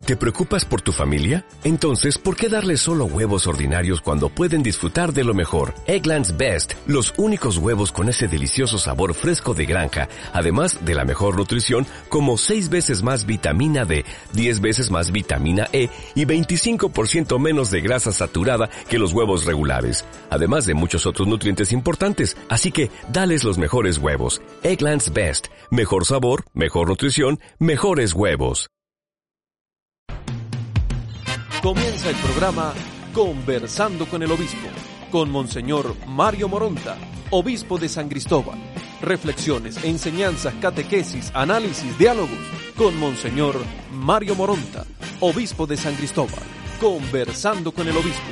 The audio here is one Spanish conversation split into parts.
¿Te preocupas por tu familia? Entonces, ¿por qué darles solo huevos ordinarios cuando pueden disfrutar de lo mejor? Eggland's Best, los únicos huevos con ese delicioso sabor fresco de granja, además de la mejor nutrición, como 6 veces más vitamina D, 10 veces más vitamina E y 25% menos de grasa saturada que los huevos regulares, además de muchos otros nutrientes importantes. Así que, dales los mejores huevos. Eggland's Best, mejor sabor, mejor nutrición, mejores huevos. Comienza el programa Conversando con el Obispo, con Monseñor Mario Moronta, Obispo de San Cristóbal. Reflexiones, enseñanzas, catequesis, análisis, diálogos, con Monseñor Mario Moronta, Obispo de San Cristóbal. Conversando con el Obispo.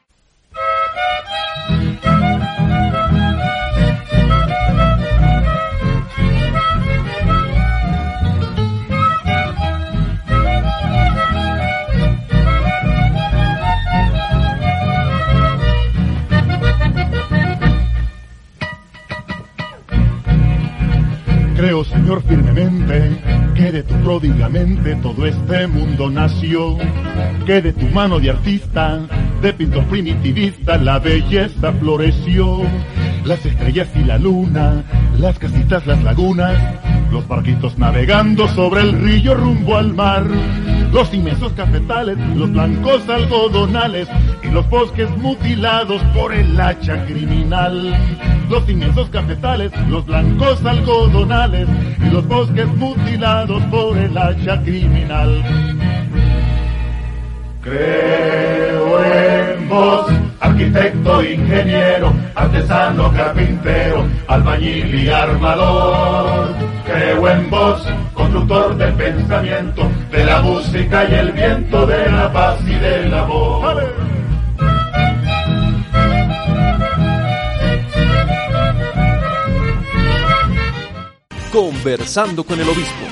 Creo, Señor, firmemente que de tu pródiga mente todo este mundo nació, que de tu mano de artista, de pintor primitivista, la belleza floreció. Las estrellas y la luna, las casitas, las lagunas, los barquitos navegando sobre el río rumbo al mar, los inmensos cafetales, los blancos algodonales y los bosques mutilados por el hacha criminal. Los inmensos cafetales, los blancos algodonales y los bosques mutilados por el hacha criminal. Creo en vos, arquitecto, ingeniero, artesano, carpintero, albañil y armador. Creo en vos, constructor del pensamiento, de la música y el viento, de la paz y del amor. ¡Ale! Conversando con el Obispo.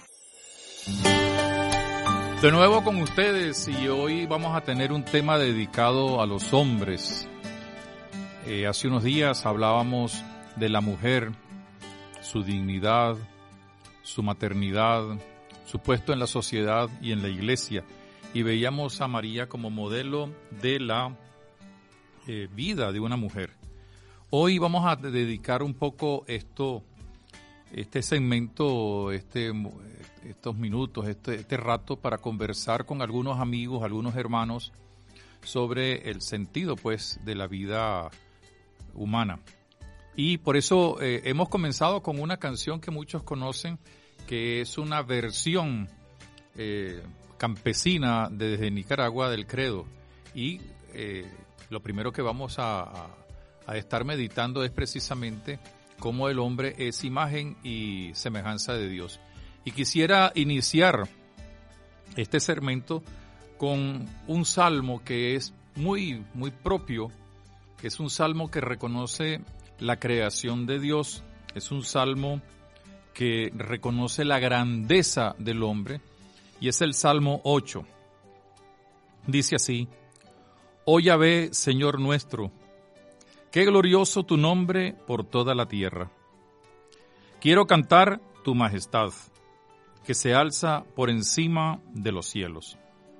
De nuevo con ustedes, y hoy vamos a tener un tema dedicado a los hombres. Hace unos días hablábamos de la mujer, su dignidad, su maternidad, su puesto en la sociedad y en la iglesia, y veíamos a María como modelo de la vida de una mujer. Hoy vamos a dedicar un poco este segmento, estos minutos, este rato para conversar con algunos amigos, algunos hermanos sobre el sentido, pues, de la vida humana. Y por eso hemos comenzado con una canción que muchos conocen, que es una versión campesina desde Nicaragua del Credo. Y lo primero que vamos a estar meditando es precisamente cómo el hombre es imagen y semejanza de Dios. Y quisiera iniciar este segmento con un salmo que es muy, muy propio, que es un salmo que reconoce la creación de Dios, es un salmo que reconoce la grandeza del hombre, y es el Salmo 8. Dice así: Oh Yahvé, Señor nuestro, qué glorioso tu nombre por toda la tierra. Quiero cantar tu majestad, que se alza por encima de los cielos.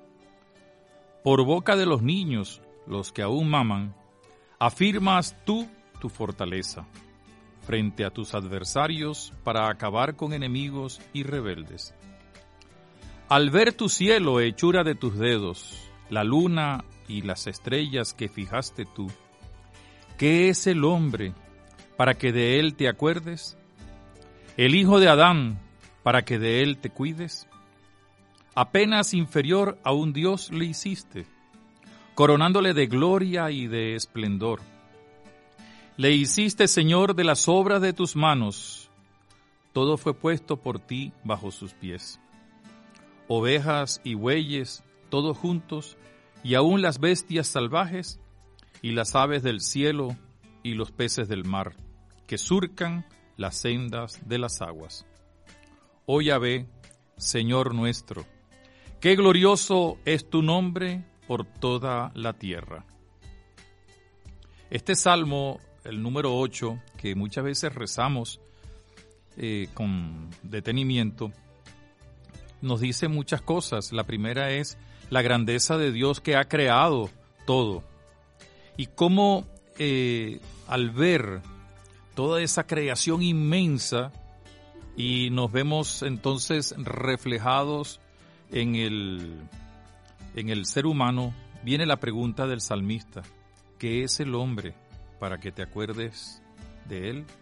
Por boca de los niños, los que aún maman, afirmas tú tu fortaleza, frente a tus adversarios para acabar con enemigos y rebeldes. Al ver tu cielo, hechura de tus dedos, la luna y las estrellas que fijaste tú, ¿qué es el hombre para que de él te acuerdes? ¿El hijo de Adán para que de él te cuides? Apenas inferior a un Dios le hiciste, coronándole de gloria y de esplendor. Le hiciste Señor de las obras de tus manos, todo fue puesto por ti bajo sus pies. Ovejas y bueyes, todos juntos, y aún las bestias salvajes, y las aves del cielo y los peces del mar, que surcan las sendas de las aguas. Oh Yahvé, Señor nuestro, qué glorioso es tu nombre por toda la tierra. Este salmo, el número 8, que muchas veces rezamos con detenimiento, nos dice muchas cosas. La primera es la grandeza de Dios que ha creado todo. Y cómo al ver toda esa creación inmensa y nos vemos entonces reflejados en el ser humano, viene la pregunta del salmista: ¿qué es el hombre para que te acuerdes de él?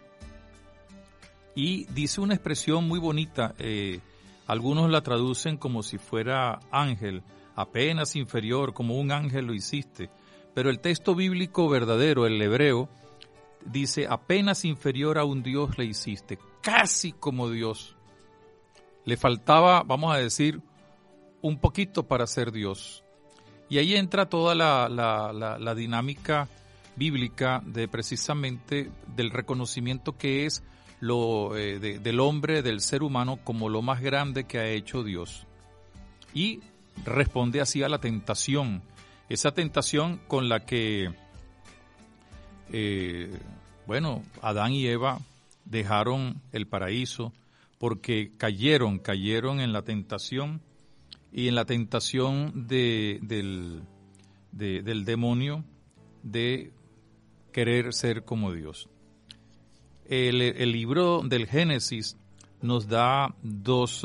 Y dice una expresión muy bonita, algunos la traducen como si fuera ángel, apenas inferior, como un ángel lo hiciste, pero el texto bíblico verdadero, el hebreo, dice apenas inferior a un Dios le hiciste, casi como Dios. Le faltaba, vamos a decir, un poquito para ser Dios. Y ahí entra toda la dinámica bíblica de precisamente del reconocimiento que es del hombre, del ser humano, como lo más grande que ha hecho Dios. Y responde así a la tentación, esa tentación con la que Adán y Eva dejaron el paraíso porque cayeron en la tentación y en la tentación del demonio de querer ser como Dios. El libro del Génesis nos da dos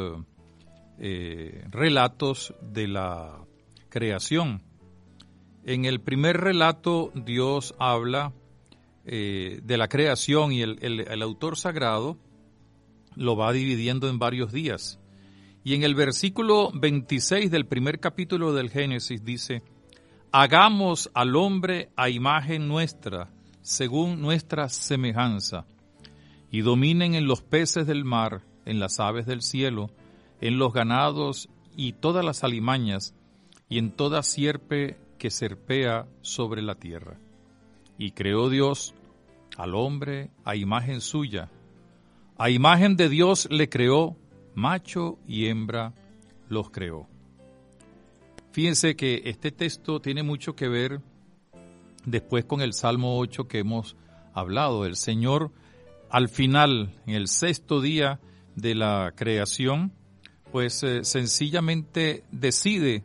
relatos de la creación. En el primer relato Dios habla de la creación y el autor sagrado lo va dividiendo en varios días. Y en el versículo 26 del primer capítulo del Génesis dice: hagamos al hombre a imagen nuestra, según nuestra semejanza, y dominen en los peces del mar, en las aves del cielo, en los ganados y todas las alimañas, y en toda sierpe que serpea sobre la tierra. Y creó Dios al hombre a imagen suya, a imagen de Dios le creó, macho y hembra los creó. Fíjense que este texto tiene mucho que ver después con el Salmo 8 que hemos hablado. El Señor al final, en el sexto día de la creación, pues sencillamente decide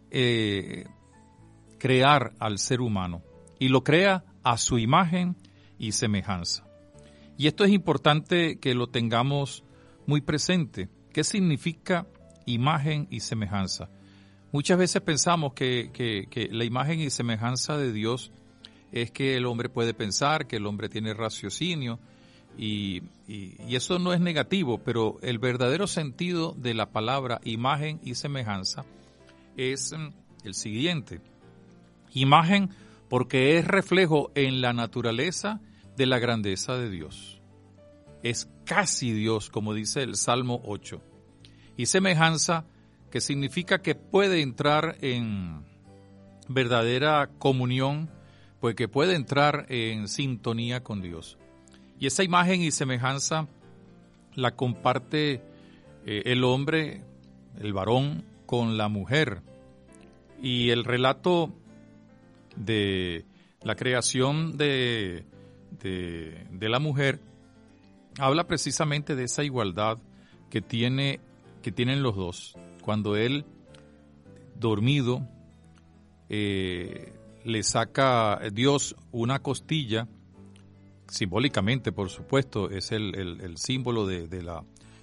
crear al ser humano y lo crea a su imagen y semejanza. Y esto es importante que lo tengamos muy presente. ¿Qué significa imagen y semejanza? Muchas veces pensamos que la imagen y semejanza de Dios es que el hombre puede pensar, que el hombre tiene raciocinio, y eso no es negativo, pero el verdadero sentido de la palabra imagen y semejanza es el siguiente. Imagen porque es reflejo en la naturaleza de la grandeza de Dios. Es casi Dios, como dice el Salmo 8. Y semejanza, que significa que puede entrar en verdadera comunión, pues que puede entrar en sintonía con Dios. Y esa imagen y semejanza la comparte el hombre, el varón, con la mujer. Y el relato de la creación de la mujer habla precisamente de esa igualdad que tienen los dos. Cuando él, dormido, le saca Dios una costilla, simbólicamente, por supuesto, es el símbolo del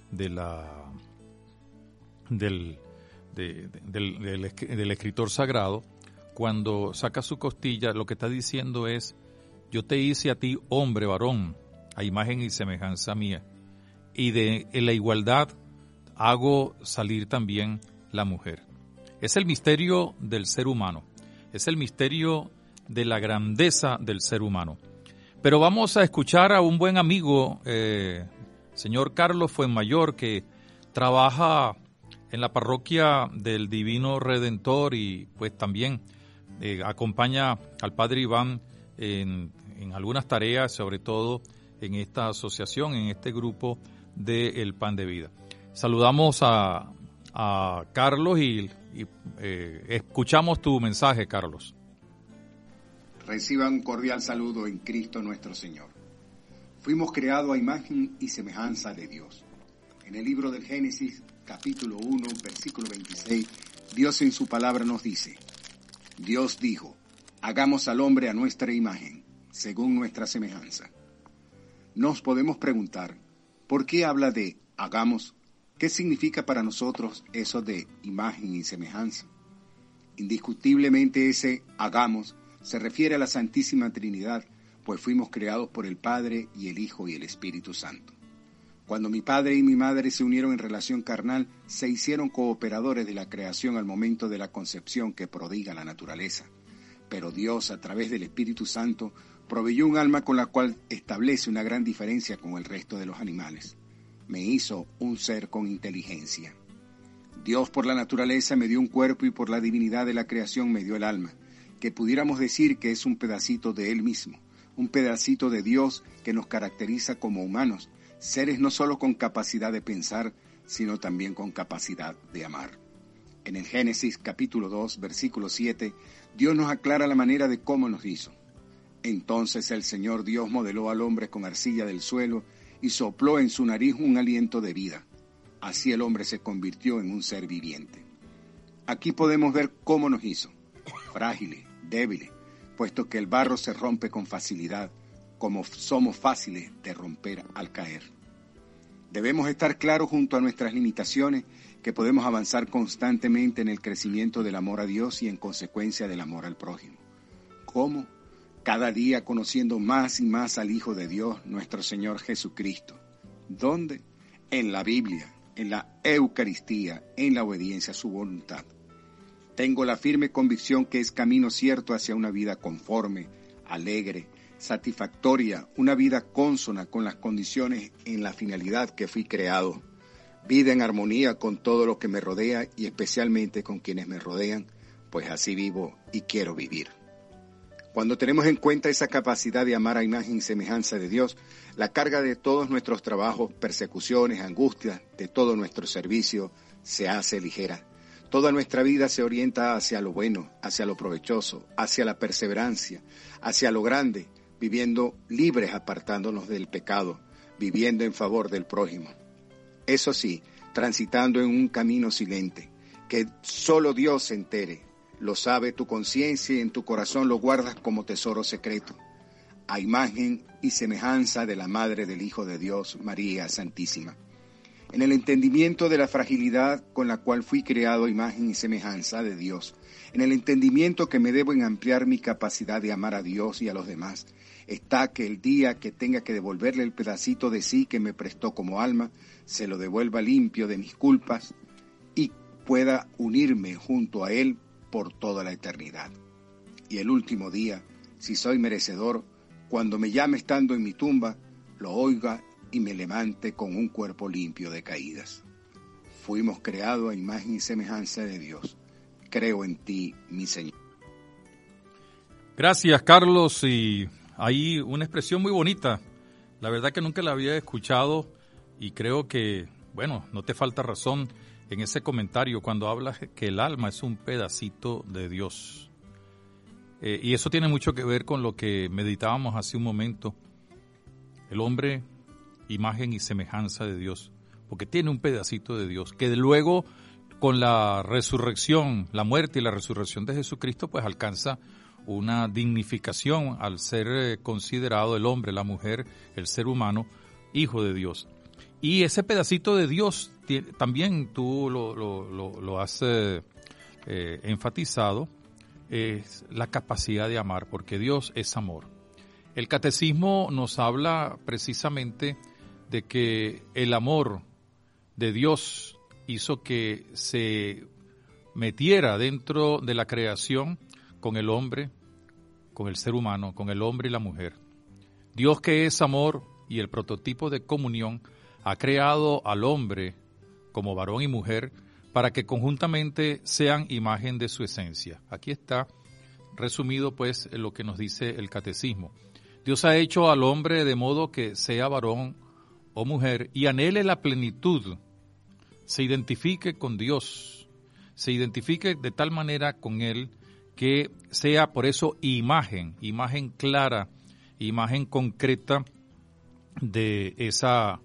escritor sagrado. Cuando saca su costilla, lo que está diciendo es: yo te hice a ti hombre, varón, a imagen y semejanza mía, y en la igualdad hago salir también la mujer. Es el misterio del ser humano, es el misterio de la grandeza del ser humano. Pero vamos a escuchar a un buen amigo, señor Carlos Fuenmayor, que trabaja en la parroquia del Divino Redentor y pues también acompaña al Padre Iván en algunas tareas, sobre todo en esta asociación, en este grupo de El Pan de Vida. Saludamos a Carlos y escuchamos tu mensaje, Carlos. Reciban un cordial saludo en Cristo nuestro Señor. Fuimos creados a imagen y semejanza de Dios. En el libro del Génesis capítulo 1, versículo 26, Dios en su palabra nos dice: Dios dijo, hagamos al hombre a nuestra imagen, según nuestra semejanza. Nos podemos preguntar, ¿por qué habla de hagamos? ¿Qué significa para nosotros eso de imagen y semejanza? Indiscutiblemente ese hagamos se refiere a la Santísima Trinidad, pues fuimos creados por el Padre y el Hijo y el Espíritu Santo. Cuando mi padre y mi madre se unieron en relación carnal, se hicieron cooperadores de la creación al momento de la concepción que prodiga la naturaleza. Pero Dios, a través del Espíritu Santo, proveyó un alma con la cual establece una gran diferencia con el resto de los animales. Me hizo un ser con inteligencia. Dios por la naturaleza me dio un cuerpo y por la divinidad de la creación me dio el alma, que pudiéramos decir que es un pedacito de Él mismo, un pedacito de Dios que nos caracteriza como humanos, seres no solo con capacidad de pensar, sino también con capacidad de amar. En el Génesis capítulo 2, versículo 7, Dios nos aclara la manera de cómo nos hizo. Entonces el Señor Dios modeló al hombre con arcilla del suelo y sopló en su nariz un aliento de vida. Así el hombre se convirtió en un ser viviente. Aquí podemos ver cómo nos hizo, frágiles, débiles, puesto que el barro se rompe con facilidad, como somos fáciles de romper al caer. Debemos estar claros junto a nuestras limitaciones que podemos avanzar constantemente en el crecimiento del amor a Dios y en consecuencia del amor al prójimo. ¿Cómo? Cada día conociendo más y más al Hijo de Dios, nuestro Señor Jesucristo. ¿Dónde? En la Biblia, en la Eucaristía, en la obediencia a su voluntad. Tengo la firme convicción que es camino cierto hacia una vida conforme, alegre, satisfactoria, una vida consona con las condiciones en la finalidad que fui creado, vida en armonía con todo lo que me rodea y especialmente con quienes me rodean, pues así vivo y quiero vivir. Cuando tenemos en cuenta esa capacidad de amar a imagen y semejanza de Dios, la carga de todos nuestros trabajos, persecuciones, angustias, de todo nuestro servicio, se hace ligera. Toda nuestra vida se orienta hacia lo bueno, hacia lo provechoso, hacia la perseverancia, hacia lo grande, viviendo libres apartándonos del pecado, viviendo en favor del prójimo. Eso sí, transitando en un camino silente, que solo Dios se entere, lo sabe tu conciencia y en tu corazón lo guardas como tesoro secreto, a imagen y semejanza de la Madre del Hijo de Dios, María Santísima. En el entendimiento de la fragilidad con la cual fui creado a imagen y semejanza de Dios, en el entendimiento que me debo en ampliar mi capacidad de amar a Dios y a los demás, está que el día que tenga que devolverle el pedacito de sí que me prestó como alma, se lo devuelva limpio de mis culpas y pueda unirme junto a Él por toda la eternidad. Y el último día, si soy merecedor, cuando me llame estando en mi tumba, lo oiga y me levante con un cuerpo limpio de caídas. Fuimos creados a imagen y semejanza de Dios. Creo en ti, mi Señor. Gracias, Carlos, y hay una expresión muy bonita. La verdad que nunca la había escuchado y creo que, bueno, no te falta razón en ese comentario cuando hablas que el alma es un pedacito de Dios. Y eso tiene mucho que ver con lo que meditábamos hace un momento. El hombre, imagen y semejanza de Dios, porque tiene un pedacito de Dios, que luego con la resurrección, la muerte y la resurrección de Jesucristo, pues alcanza una dignificación al ser considerado el hombre, la mujer, el ser humano, hijo de Dios. Y ese pedacito de Dios, también tú lo has enfatizado, es la capacidad de amar, porque Dios es amor. El catecismo nos habla precisamente de que el amor de Dios hizo que se metiera dentro de la creación con el hombre, con el ser humano, con el hombre y la mujer. Dios, que es amor y el prototipo de comunión, ha creado al hombre como varón y mujer para que conjuntamente sean imagen de su esencia. Aquí está resumido pues lo que nos dice el catecismo. Dios ha hecho al hombre de modo que sea varón o mujer y anhele la plenitud, se identifique con Dios, se identifique de tal manera con Él que sea por eso imagen clara, imagen concreta de esa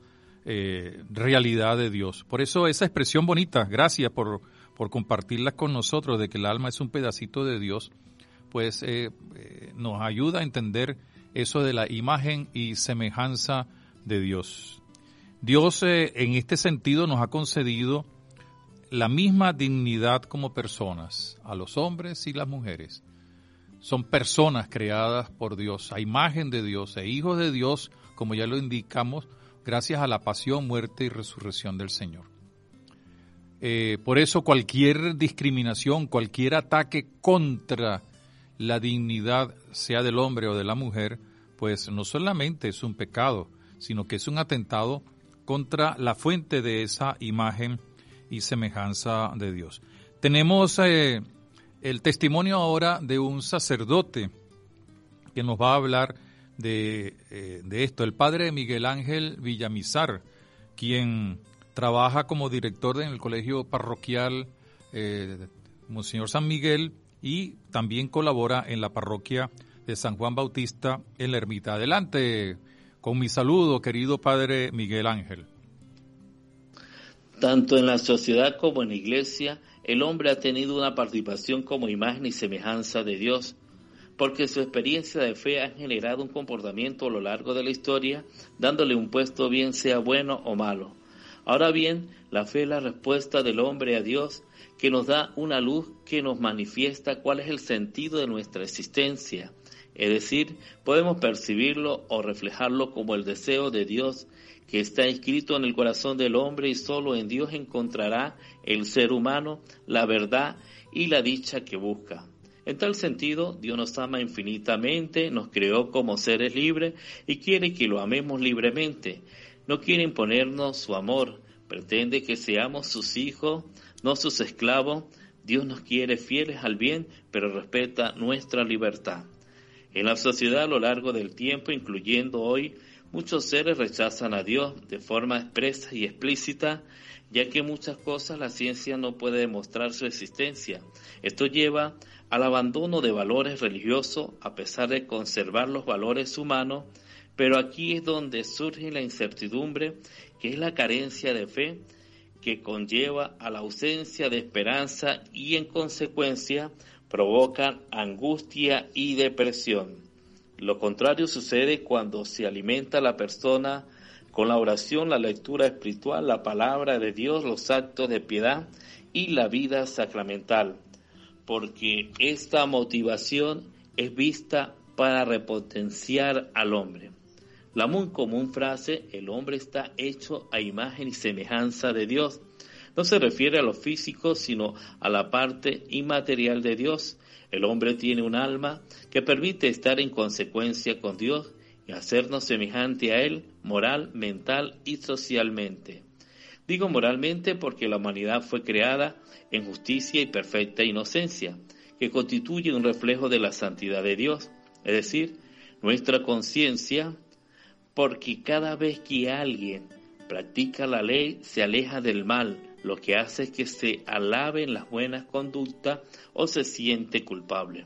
realidad de Dios. Por eso esa expresión bonita, gracias por compartirla con nosotros, de que el alma es un pedacito de Dios, pues nos ayuda a entender eso de la imagen y semejanza de Dios. Dios en este sentido nos ha concedido la misma dignidad como personas, a los hombres y las mujeres. Son personas creadas por Dios, a imagen de Dios e hijos de Dios, como ya lo indicamos, gracias a la pasión, muerte y resurrección del Señor. Por eso cualquier discriminación, cualquier ataque contra la dignidad, sea del hombre o de la mujer, pues no solamente es un pecado, sino que es un atentado contra la fuente de esa imagen y semejanza de Dios. Tenemos el testimonio ahora de un sacerdote que nos va a hablar de esto, el padre Miguel Ángel Villamizar, quien trabaja como director en el colegio parroquial Monseñor San Miguel y también colabora en la parroquia de San Juan Bautista en la Ermita. Adelante, con mi saludo, querido padre Miguel Ángel. Tanto en la sociedad como en la iglesia, el hombre ha tenido una participación como imagen y semejanza de Dios, porque su experiencia de fe ha generado un comportamiento a lo largo de la historia, dándole un puesto bien sea bueno o malo. Ahora bien, la fe es la respuesta del hombre a Dios, que nos da una luz que nos manifiesta cuál es el sentido de nuestra existencia. Es decir, podemos percibirlo o reflejarlo como el deseo de Dios que está inscrito en el corazón del hombre, y solo en Dios encontrará el ser humano la verdad y la dicha que busca. En tal sentido, Dios nos ama infinitamente, nos creó como seres libres y quiere que lo amemos libremente. No quiere imponernos su amor, pretende que seamos sus hijos, no sus esclavos. Dios nos quiere fieles al bien, pero respeta nuestra libertad. En la sociedad a lo largo del tiempo, incluyendo hoy, muchos seres rechazan a Dios de forma expresa y explícita, ya que muchas cosas la ciencia no puede demostrar su existencia. Esto lleva al abandono de valores religiosos, a pesar de conservar los valores humanos, pero aquí es donde surge la incertidumbre, que es la carencia de fe, que conlleva a la ausencia de esperanza y en consecuencia provocan angustia y depresión. Lo contrario sucede cuando se alimenta la persona con la oración, la lectura espiritual, la palabra de Dios, los actos de piedad y la vida sacramental, porque esta motivación es vista para repotenciar al hombre. La muy común frase, el hombre está hecho a imagen y semejanza de Dios, no se refiere a lo físico, sino a la parte inmaterial de Dios. El hombre tiene un alma que permite estar en consecuencia con Dios y hacernos semejante a Él, moral, mental y socialmente. Digo moralmente porque la humanidad fue creada en justicia y perfecta inocencia, que constituye un reflejo de la santidad de Dios, es decir, nuestra conciencia, porque cada vez que alguien practica la ley se aleja del mal, lo que hace es que se alaben las buenas conductas o se siente culpable.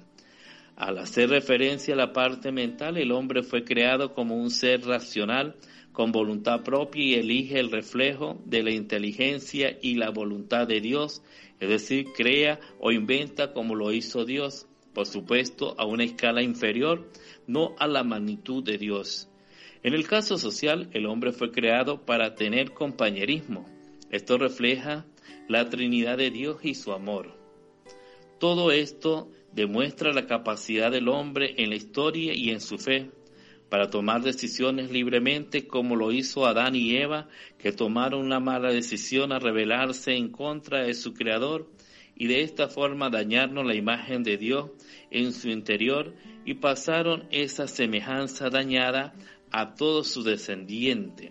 Al hacer referencia a la parte mental, el hombre fue creado como un ser racional, con voluntad propia, y elige el reflejo de la inteligencia y la voluntad de Dios, es decir, crea o inventa como lo hizo Dios, por supuesto a una escala inferior, no a la magnitud de Dios. En el caso social, el hombre fue creado para tener compañerismo. Esto refleja la Trinidad de Dios y su amor. Todo esto demuestra la capacidad del hombre en la historia y en su fe para tomar decisiones libremente, como lo hizo Adán y Eva, que tomaron una mala decisión a rebelarse en contra de su Creador y de esta forma dañaron la imagen de Dios en su interior y pasaron esa semejanza dañada a todos sus descendientes.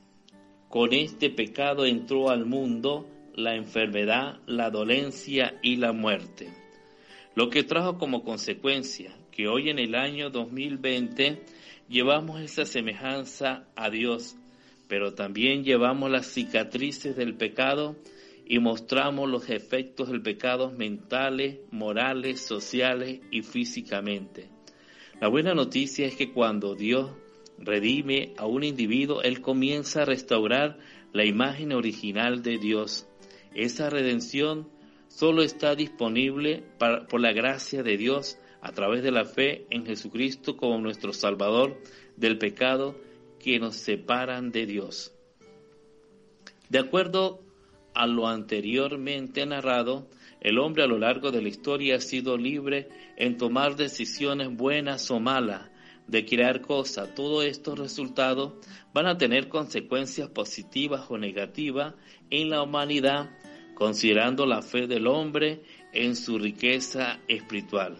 Con este pecado entró al mundo la enfermedad, la dolencia y la muerte, lo que trajo como consecuencia que hoy en el año 2020 llevamos esa semejanza a Dios, pero también llevamos las cicatrices del pecado y mostramos los efectos del pecado mentales, morales, sociales y físicamente. La buena noticia es que cuando Dios redime a un individuo, Él comienza a restaurar la imagen original de Dios. Esa redención solo está disponible por la gracia de Dios a través de la fe en Jesucristo como nuestro Salvador del pecado que nos separan de Dios. De acuerdo a lo anteriormente narrado, el hombre a lo largo de la historia ha sido libre en tomar decisiones buenas o malas, de crear cosas. Todos estos resultados van a tener consecuencias positivas o negativas en la humanidad, considerando la fe del hombre en su riqueza espiritual.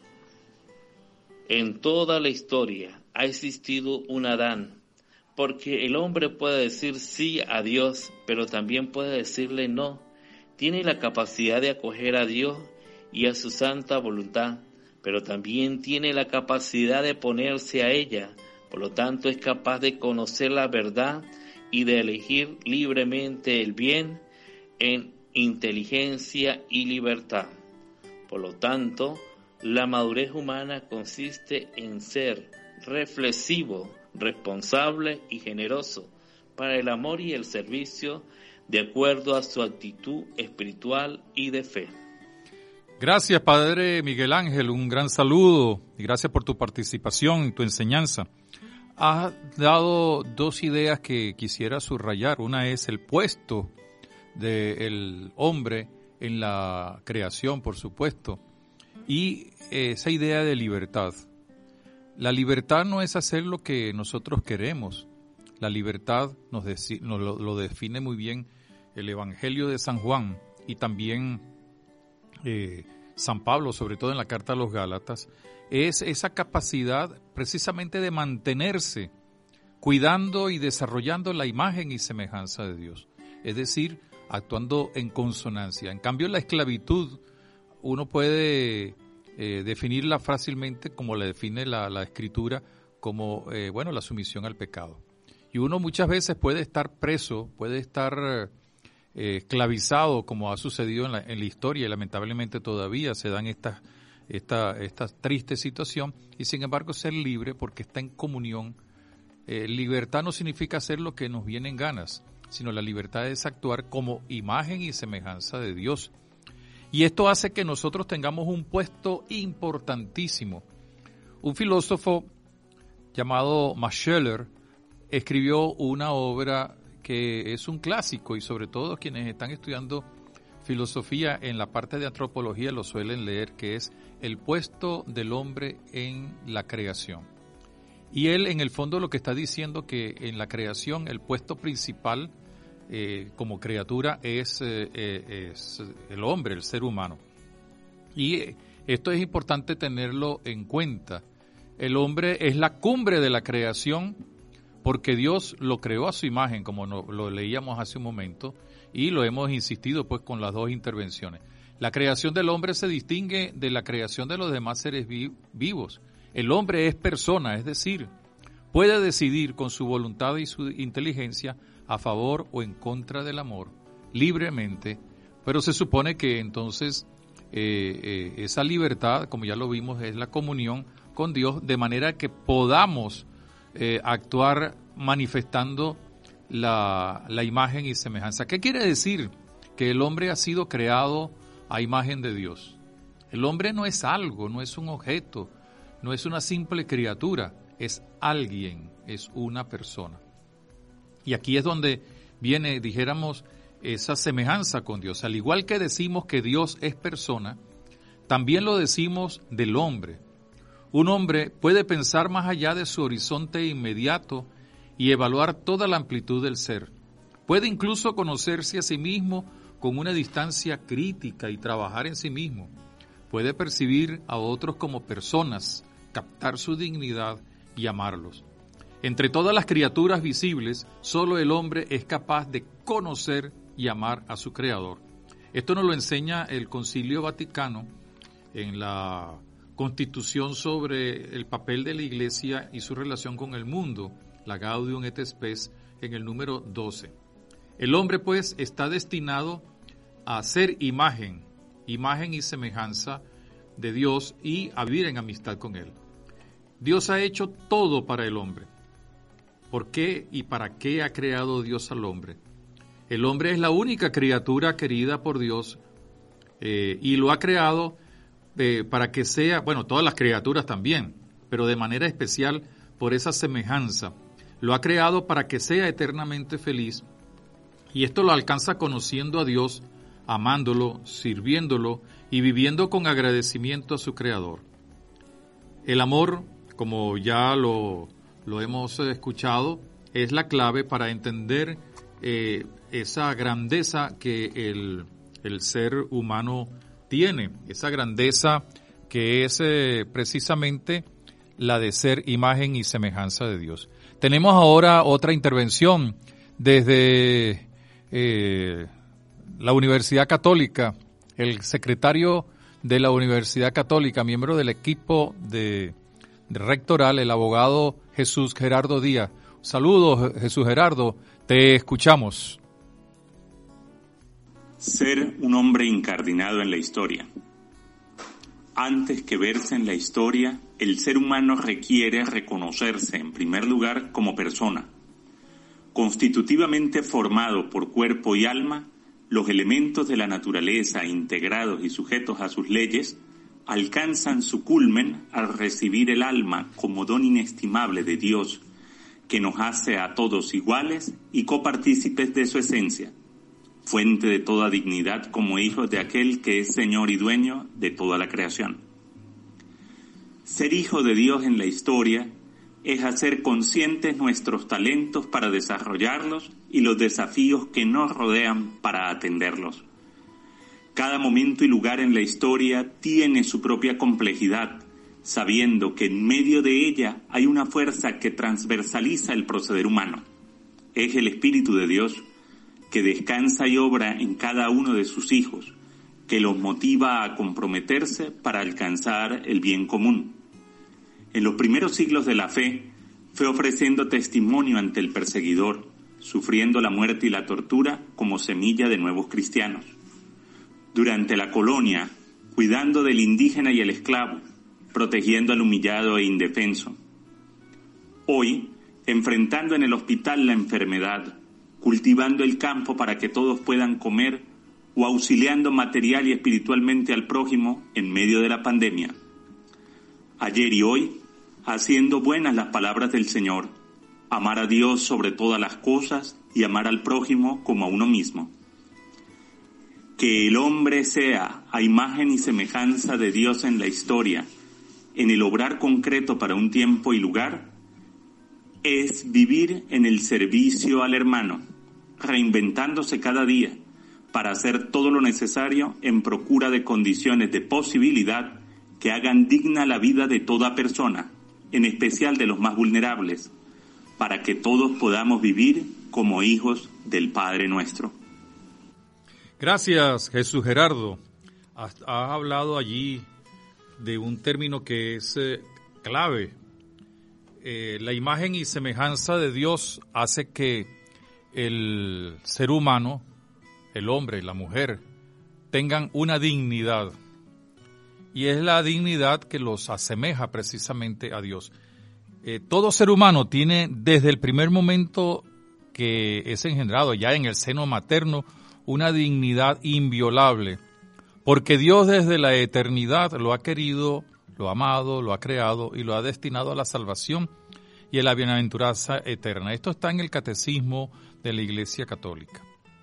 En toda la historia ha existido un Adán, porque el hombre puede decir sí a Dios, pero también puede decirle no. Tiene la capacidad de acoger a Dios y a su santa voluntad, pero también tiene la capacidad de oponerse a ella. Por lo tanto, es capaz de conocer la verdad y de elegir libremente el bien en inteligencia y libertad. Por lo tanto, la madurez humana consiste en ser reflexivo, responsable y generoso para el amor y el servicio de acuerdo a su actitud espiritual y de fe. Gracias, Padre Miguel Ángel, un gran saludo y gracias por tu participación y tu enseñanza. Has dado dos ideas que quisiera subrayar. Una es el puesto del hombre en la creación, por supuesto, y esa idea de libertad. La libertad no es hacer lo que nosotros queremos. La libertad nos lo define muy bien el Evangelio de San Juan y también San Pablo, sobre todo en la carta a los Gálatas, es esa capacidad precisamente de mantenerse cuidando y desarrollando la imagen y semejanza de Dios, es decir, actuando en consonancia. En cambio, la esclavitud uno puede definirla fácilmente como la define la Escritura, como la sumisión al pecado. Y uno muchas veces puede estar preso, puede estar esclavizado, como ha sucedido en la historia, y lamentablemente todavía se dan esta triste situación, y sin embargo ser libre porque está en comunión. Libertad no significa hacer lo que nos viene en ganas, sino la libertad es actuar como imagen y semejanza de Dios. Y esto hace que nosotros tengamos un puesto importantísimo. Un filósofo llamado Max Scheler escribió una obra que es un clásico y sobre todo quienes están estudiando filosofía en la parte de antropología lo suelen leer, que es El puesto del hombre en la creación. Y él en el fondo lo que está diciendo que en la creación el puesto principal como criatura es el hombre, el ser humano. Y esto es importante tenerlo en cuenta. El hombre es la cumbre de la creación porque Dios lo creó a su imagen, como lo leíamos hace un momento, y lo hemos insistido pues con las dos intervenciones. La creación del hombre se distingue de la creación de los demás seres vivos. El hombre es persona, es decir, puede decidir con su voluntad y su inteligencia a favor o en contra del amor, libremente, pero se supone que entonces esa libertad, como ya lo vimos, es la comunión con Dios, de manera que podamos actuar manifestando la imagen y semejanza. ¿Qué quiere decir? Que el hombre ha sido creado a imagen de Dios. El hombre no es algo, no es un objeto, no es una simple criatura, es alguien, es una persona. Y aquí es donde viene, dijéramos, esa semejanza con Dios. Al igual que decimos que Dios es persona, también lo decimos del hombre. Un hombre puede pensar más allá de su horizonte inmediato y evaluar toda la amplitud del ser. Puede incluso conocerse a sí mismo con una distancia crítica y trabajar en sí mismo. Puede percibir a otros como personas, captar su dignidad y amarlos. Entre todas las criaturas visibles, solo el hombre es capaz de conocer y amar a su Creador. Esto nos lo enseña el Concilio Vaticano en la Constitución sobre el papel de la Iglesia y su relación con el mundo, la Gaudium et Spes, en el número 12. El hombre, pues, está destinado a ser imagen y semejanza de Dios y a vivir en amistad con Él. Dios ha hecho todo para el hombre. ¿Por qué y para qué ha creado Dios al hombre? El hombre es la única criatura querida por Dios y lo ha creado para que sea, bueno, todas las criaturas también, pero de manera especial por esa semejanza. Lo ha creado para que sea eternamente feliz y esto lo alcanza conociendo a Dios, amándolo, sirviéndolo y viviendo con agradecimiento a su Creador. El amor, como ya lo hemos escuchado, es la clave para entender esa grandeza que el ser humano tiene, esa grandeza que es precisamente la de ser imagen y semejanza de Dios. Tenemos ahora otra intervención desde la Universidad Católica, el secretario de la Universidad Católica, miembro del equipo de rectoral, el abogado Jesús Gerardo Díaz. Saludos, Jesús Gerardo, te escuchamos. Ser un hombre incardinado en la historia. Antes que verse en la historia, el ser humano requiere reconocerse en primer lugar como persona. Constitutivamente formado por cuerpo y alma, los elementos de la naturaleza integrados y sujetos a sus leyes alcanzan su culmen al recibir el alma como don inestimable de Dios, que nos hace a todos iguales y copartícipes de su esencia, fuente de toda dignidad como hijos de aquel que es Señor y dueño de toda la creación. Ser hijo de Dios en la historia es hacer conscientes nuestros talentos para desarrollarlos y los desafíos que nos rodean para atenderlos. Cada momento y lugar en la historia tiene su propia complejidad, sabiendo que en medio de ella hay una fuerza que transversaliza el proceder humano. Es el Espíritu de Dios, que descansa y obra en cada uno de sus hijos, que los motiva a comprometerse para alcanzar el bien común. En los primeros siglos de la fe, fue ofreciendo testimonio ante el perseguidor, sufriendo la muerte y la tortura como semilla de nuevos cristianos. Durante la colonia, cuidando del indígena y el esclavo, protegiendo al humillado e indefenso. Hoy, enfrentando en el hospital la enfermedad, cultivando el campo para que todos puedan comer o auxiliando material y espiritualmente al prójimo en medio de la pandemia. Ayer y hoy, haciendo buenas las palabras del Señor, amar a Dios sobre todas las cosas y amar al prójimo como a uno mismo. Que el hombre sea a imagen y semejanza de Dios en la historia, en el obrar concreto para un tiempo y lugar, es vivir en el servicio al hermano, reinventándose cada día para hacer todo lo necesario en procura de condiciones de posibilidad que hagan digna la vida de toda persona, en especial de los más vulnerables, para que todos podamos vivir como hijos del Padre nuestro. Gracias, Jesús Gerardo. Has hablado allí de un término que es clave. La imagen y semejanza de Dios hace que el ser humano, el hombre y la mujer, tengan una dignidad. Y es la dignidad que los asemeja precisamente a Dios. Todo ser humano tiene desde el primer momento que es engendrado, ya en el seno materno, una dignidad inviolable. Porque Dios desde la eternidad lo ha querido, lo ha amado, lo ha creado y lo ha destinado a la salvación y a la bienaventuranza eterna. Esto está en el Catecismo de la Iglesia Católica.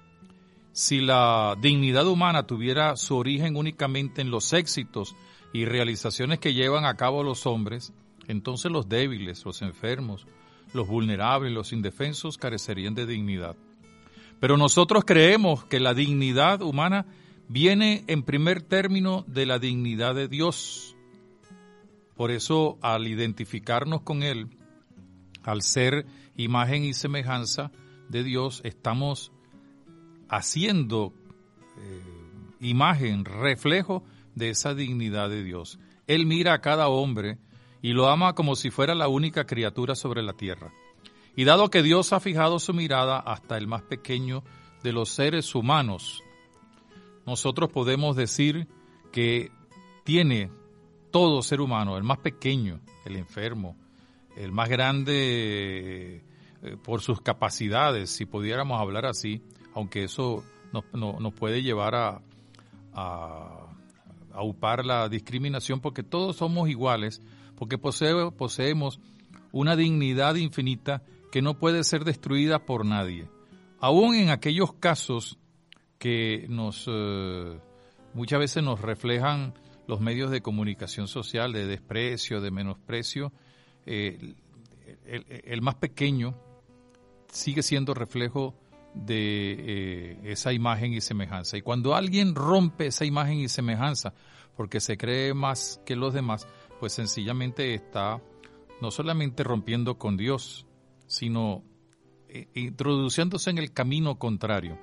Si la dignidad humana tuviera su origen únicamente en los éxitos y realizaciones que llevan a cabo los hombres, entonces los débiles, los enfermos, los vulnerables, los indefensos carecerían de dignidad. Pero nosotros creemos que la dignidad humana viene en primer término de la dignidad de Dios. Por eso, al identificarnos con Él, al ser imagen y semejanza de Dios, estamos haciendo imagen, reflejo de esa dignidad de Dios. Él mira a cada hombre y lo ama como si fuera la única criatura sobre la tierra. Y dado que Dios ha fijado su mirada hasta el más pequeño de los seres humanos, nosotros podemos decir que tiene todo ser humano, el más pequeño, el enfermo, el más grande por sus capacidades, si pudiéramos hablar así, aunque eso nos puede llevar a upar la discriminación, porque todos somos iguales, porque poseemos una dignidad infinita que no puede ser destruida por nadie. Aún en aquellos casos que muchas veces nos reflejan los medios de comunicación social, de desprecio, de menosprecio, el más pequeño sigue siendo reflejo de esa imagen y semejanza. Y cuando alguien rompe esa imagen y semejanza porque se cree más que los demás, pues sencillamente está no solamente rompiendo con Dios, sino introduciéndose en el camino contrario.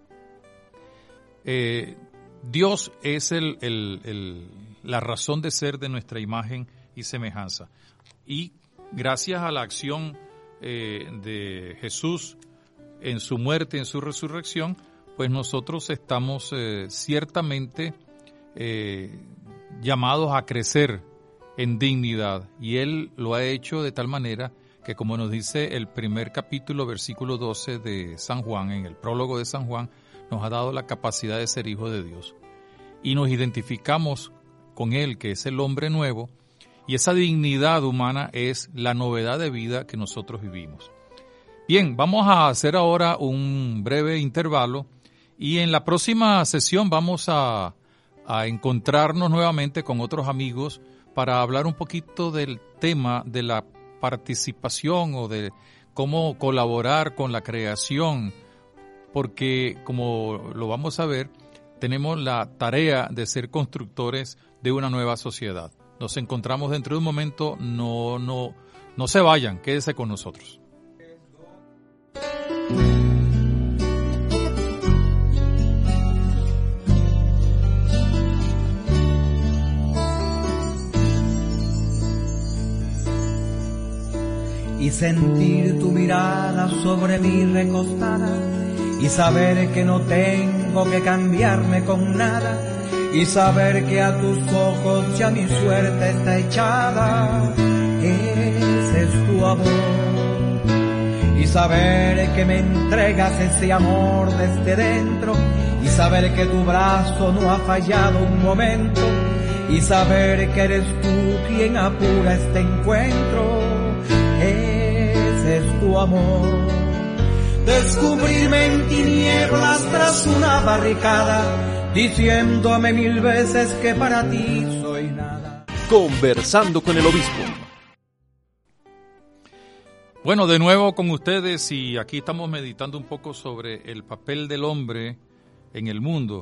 Dios es la razón de ser de nuestra imagen y semejanza. Y gracias a la acción de Jesús en su muerte, en su resurrección, pues nosotros estamos ciertamente llamados a crecer en dignidad. Y Él lo ha hecho de tal manera que, como nos dice el primer capítulo, versículo 12 de San Juan, en el prólogo de San Juan, nos ha dado la capacidad de ser hijos de Dios. Y nos identificamos con Él, que es el hombre nuevo, y esa dignidad humana es la novedad de vida que nosotros vivimos. Bien, vamos a hacer ahora un breve intervalo y en la próxima sesión vamos a encontrarnos nuevamente con otros amigos para hablar un poquito del tema de la participación o de cómo colaborar con la creación, porque como lo vamos a ver, tenemos la tarea de ser constructores de una nueva sociedad. Nos encontramos dentro de un momento, no se vayan, quédese con nosotros. Y sentir tu mirada sobre mí recostada, y saber que no tengo que cambiarme con nada, y saber que a tus ojos ya mi suerte está echada. Ese es tu amor. Y saber que me entregas ese amor desde dentro, y saber que tu brazo no ha fallado un momento, y saber que eres tú quien apura este encuentro. Ese es tu amor. Descubrirme en tinieblas tras una barricada, diciéndome 1000 veces que para ti soy nada. Conversando con el obispo. Bueno, de nuevo con ustedes, y aquí estamos meditando un poco sobre el papel del hombre en el mundo.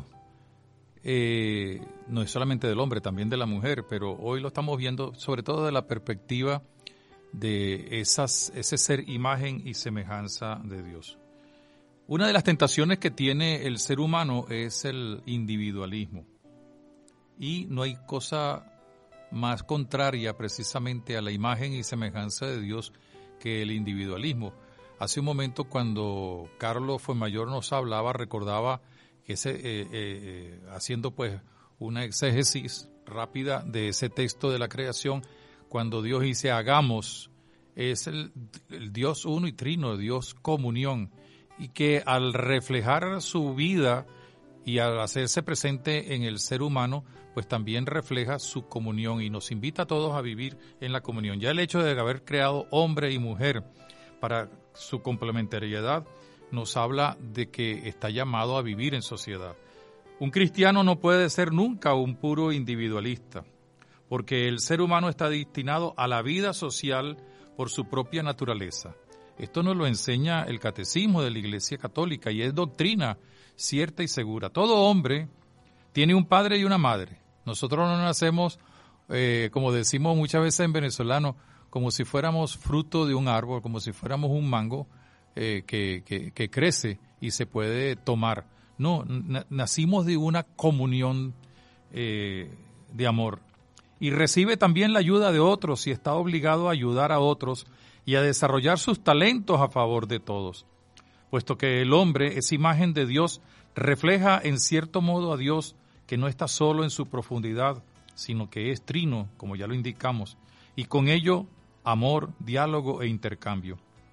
No es solamente del hombre, también de la mujer, pero hoy lo estamos viendo sobre todo de la perspectiva de ese ser imagen y semejanza de Dios. Una de las tentaciones que tiene el ser humano es el individualismo. Y no hay cosa más contraria precisamente a la imagen y semejanza de Dios que el individualismo. Hace un momento, cuando Carlos Fuenmayor nos hablaba, recordaba que haciendo pues una exégesis rápida de ese texto de la creación, cuando Dios dice hagamos, es el Dios uno y trino, Dios comunión, y que al reflejar su vida y al hacerse presente en el ser humano, pues también refleja su comunión y nos invita a todos a vivir en la comunión. Ya el hecho de haber creado hombre y mujer para su complementariedad nos habla de que está llamado a vivir en sociedad. Un cristiano no puede ser nunca un puro individualista, porque el ser humano está destinado a la vida social por su propia naturaleza. Esto nos lo enseña el Catecismo de la Iglesia Católica y es doctrina cierta y segura. Todo hombre tiene un padre y una madre. Nosotros no nacemos, como decimos muchas veces en venezolano, como si fuéramos fruto de un árbol, como si fuéramos un mango que crece y se puede tomar. No, nacimos de una comunión de amor. Y recibe también la ayuda de otros y está obligado a ayudar a otros y a desarrollar sus talentos a favor de todos. Puesto que el hombre es imagen de Dios, refleja en cierto modo a Dios, que no está solo en su profundidad, sino que es trino, como ya lo indicamos, y con ello amor, diálogo e intercambio.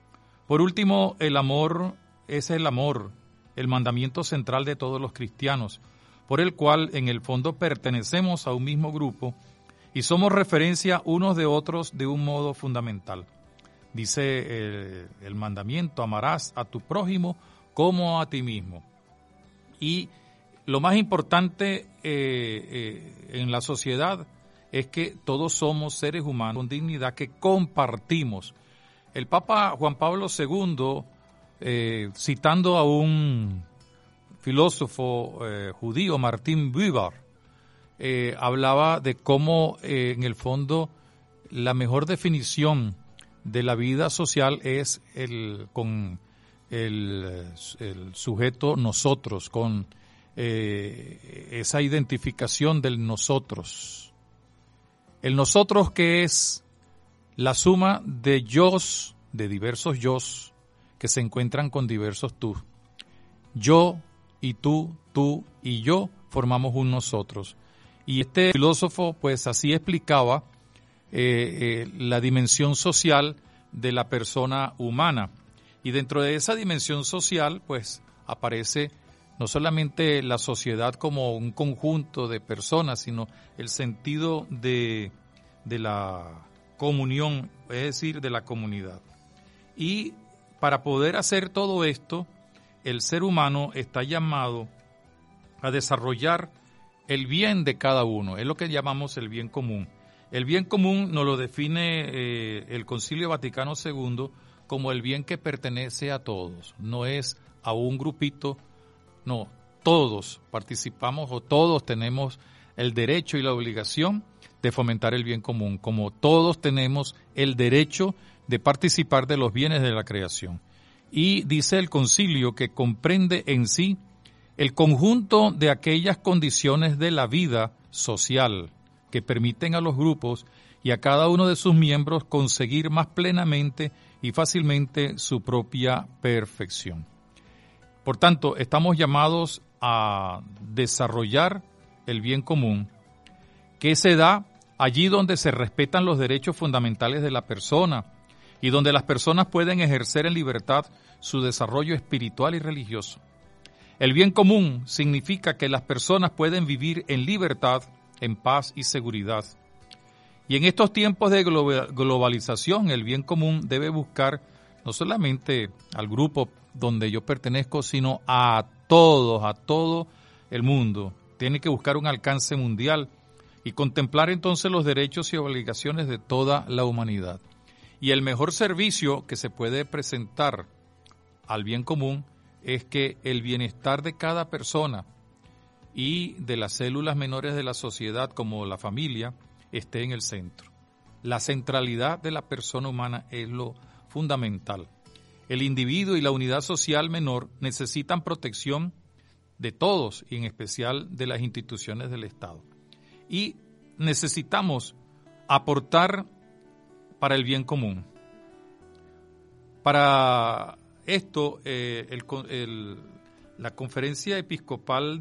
Por último, el amor es el amor, el mandamiento central de todos los cristianos, por el cual en el fondo pertenecemos a un mismo grupo y somos referencia unos de otros de un modo fundamental. Dice el mandamiento: amarás a tu prójimo como a ti mismo. Y lo más importante en la sociedad es que todos somos seres humanos con dignidad que compartimos. El Papa Juan Pablo II, citando a un filósofo judío, Martin Buber, hablaba de cómo en el fondo la mejor definición de la vida social es con el sujeto nosotros, con esa identificación del nosotros. El nosotros, que es la suma de yos, de diversos yos, que se encuentran con diversos tú. Yo y tú y yo formamos un nosotros. Y este filósofo pues así explicaba la dimensión social de la persona humana. Y dentro de esa dimensión social pues aparece no solamente la sociedad como un conjunto de personas, sino el sentido de la comunión, es decir, de la comunidad. Y para poder hacer todo esto, el ser humano está llamado a desarrollar el bien de cada uno. Es lo que llamamos el bien común. El bien común nos lo define el Concilio Vaticano II como el bien que pertenece a todos. No es a un grupito, no, todos participamos o todos tenemos el derecho y la obligación de fomentar el bien común, como todos tenemos el derecho de participar de los bienes de la creación. Y dice el concilio que comprende en sí el conjunto de aquellas condiciones de la vida social que permiten a los grupos y a cada uno de sus miembros conseguir más plenamente y fácilmente su propia perfección. Por tanto, estamos llamados a desarrollar el bien común, que se da allí donde se respetan los derechos fundamentales de la persona y donde las personas pueden ejercer en libertad su desarrollo espiritual y religioso. El bien común significa que las personas pueden vivir en libertad, en paz y seguridad. Y en estos tiempos de globalización, el bien común debe buscar no solamente al grupo donde yo pertenezco, sino a todos, a todo el mundo. Tiene que buscar un alcance mundial y contemplar entonces los derechos y obligaciones de toda la humanidad. Y el mejor servicio que se puede presentar al bien común es que el bienestar de cada persona y de las células menores de la sociedad, como la familia, esté en el centro. La centralidad de la persona humana es lo fundamental. El individuo y la unidad social menor necesitan protección de todos y en especial de las instituciones del Estado. Y necesitamos aportar para el bien común. Para esto, la Conferencia Episcopal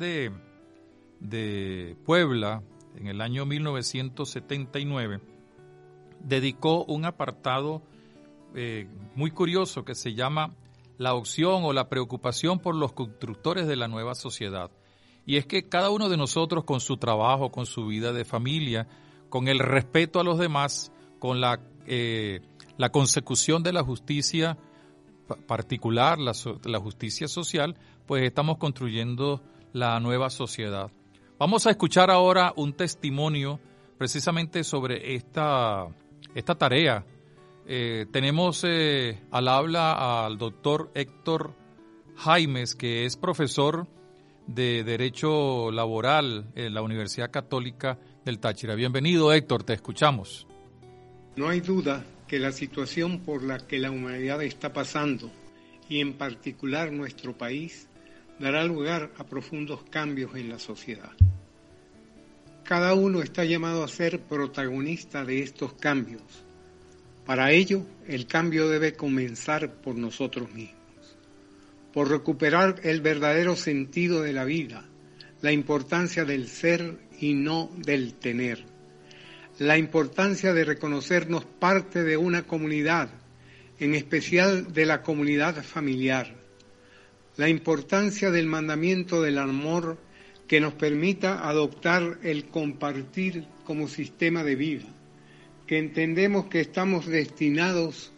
de Puebla, en el año 1979, dedicó un apartado muy curioso que se llama la opción o la preocupación por los constructores de la nueva sociedad. Y es que cada uno de nosotros, con su trabajo, con su vida de familia, con el respeto a los demás, con la consecución de la justicia particular, la justicia social, pues estamos construyendo la nueva sociedad. Vamos a escuchar ahora un testimonio precisamente sobre esta tarea. Tenemos al habla al doctor Héctor Jaimes, que es profesor de Derecho Laboral en la Universidad Católica del Táchira. Bienvenido, Héctor, te escuchamos. No hay duda que la situación por la que la humanidad está pasando, y en particular nuestro país, dará lugar a profundos cambios en la sociedad. Cada uno está llamado a ser protagonista de estos cambios. Para ello, el cambio debe comenzar por nosotros mismos, por recuperar el verdadero sentido de la vida, la importancia del ser y no del tener, la importancia de reconocernos parte de una comunidad en especial de la comunidad familiar. La importancia del mandamiento del amor que nos permita adoptar el compartir como sistema de vida, que entendemos que estamos destinados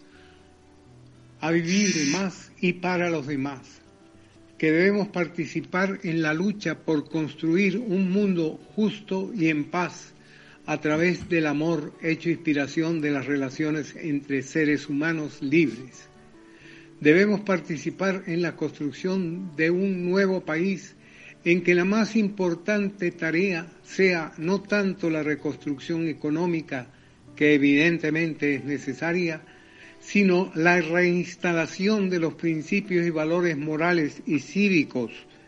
a vivir de más y para los demás, que debemos participar en la lucha por construir un mundo justo y en paz a través del amor hecho inspiración de las relaciones entre seres humanos libres. Debemos participar en la construcción de un nuevo país en que la más importante tarea sea no tanto la reconstrucción económica, que evidentemente es necesaria, sino la reinstalación de los principios y valores morales y cívicos,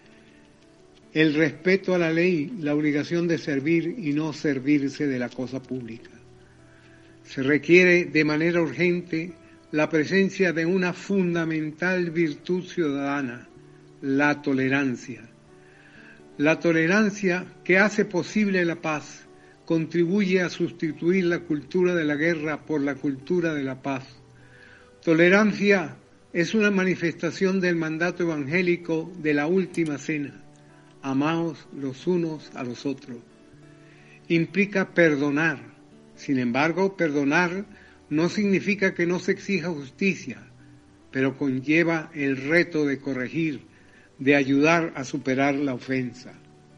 el respeto a la ley, la obligación de servir y no servirse de la cosa pública. Se requiere de manera urgente la presencia de una fundamental virtud ciudadana, la tolerancia. La tolerancia que hace posible la paz contribuye a sustituir la cultura de la guerra por la cultura de la paz. Tolerancia es una manifestación del mandato evangélico de la última cena. Amaos los unos a los otros. Implica perdonar. Sin embargo, perdonar no significa que no se exija justicia, pero conlleva el reto de corregir, de ayudar a superar la ofensa.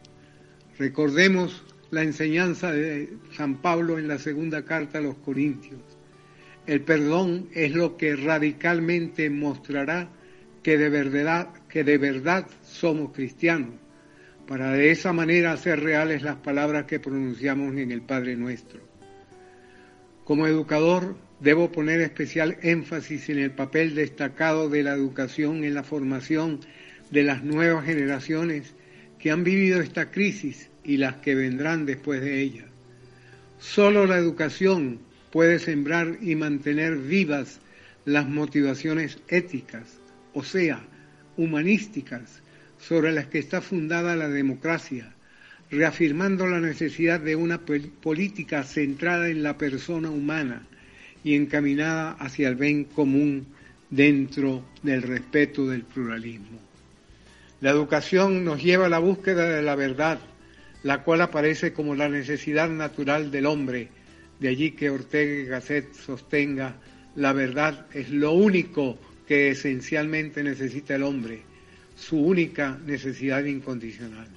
Recordemos la enseñanza de San Pablo en la segunda carta a los Corintios. El perdón es lo que radicalmente mostrará que de verdad somos cristianos, para de esa manera hacer reales las palabras que pronunciamos en el Padre Nuestro. Como educador, debo poner especial énfasis en el papel destacado de la educación en la formación de las nuevas generaciones que han vivido esta crisis y las que vendrán después de ella. Solo la educación puede sembrar y mantener vivas las motivaciones éticas, o sea, humanísticas, sobre las que está fundada la democracia, reafirmando la necesidad de una política centrada en la persona humana y encaminada hacia el bien común dentro del respeto del pluralismo. La educación nos lleva a la búsqueda de la verdad, la cual aparece como la necesidad natural del hombre. De allí que Ortega y Gasset sostenga: la verdad es lo único que esencialmente necesita el hombre, su única necesidad incondicional.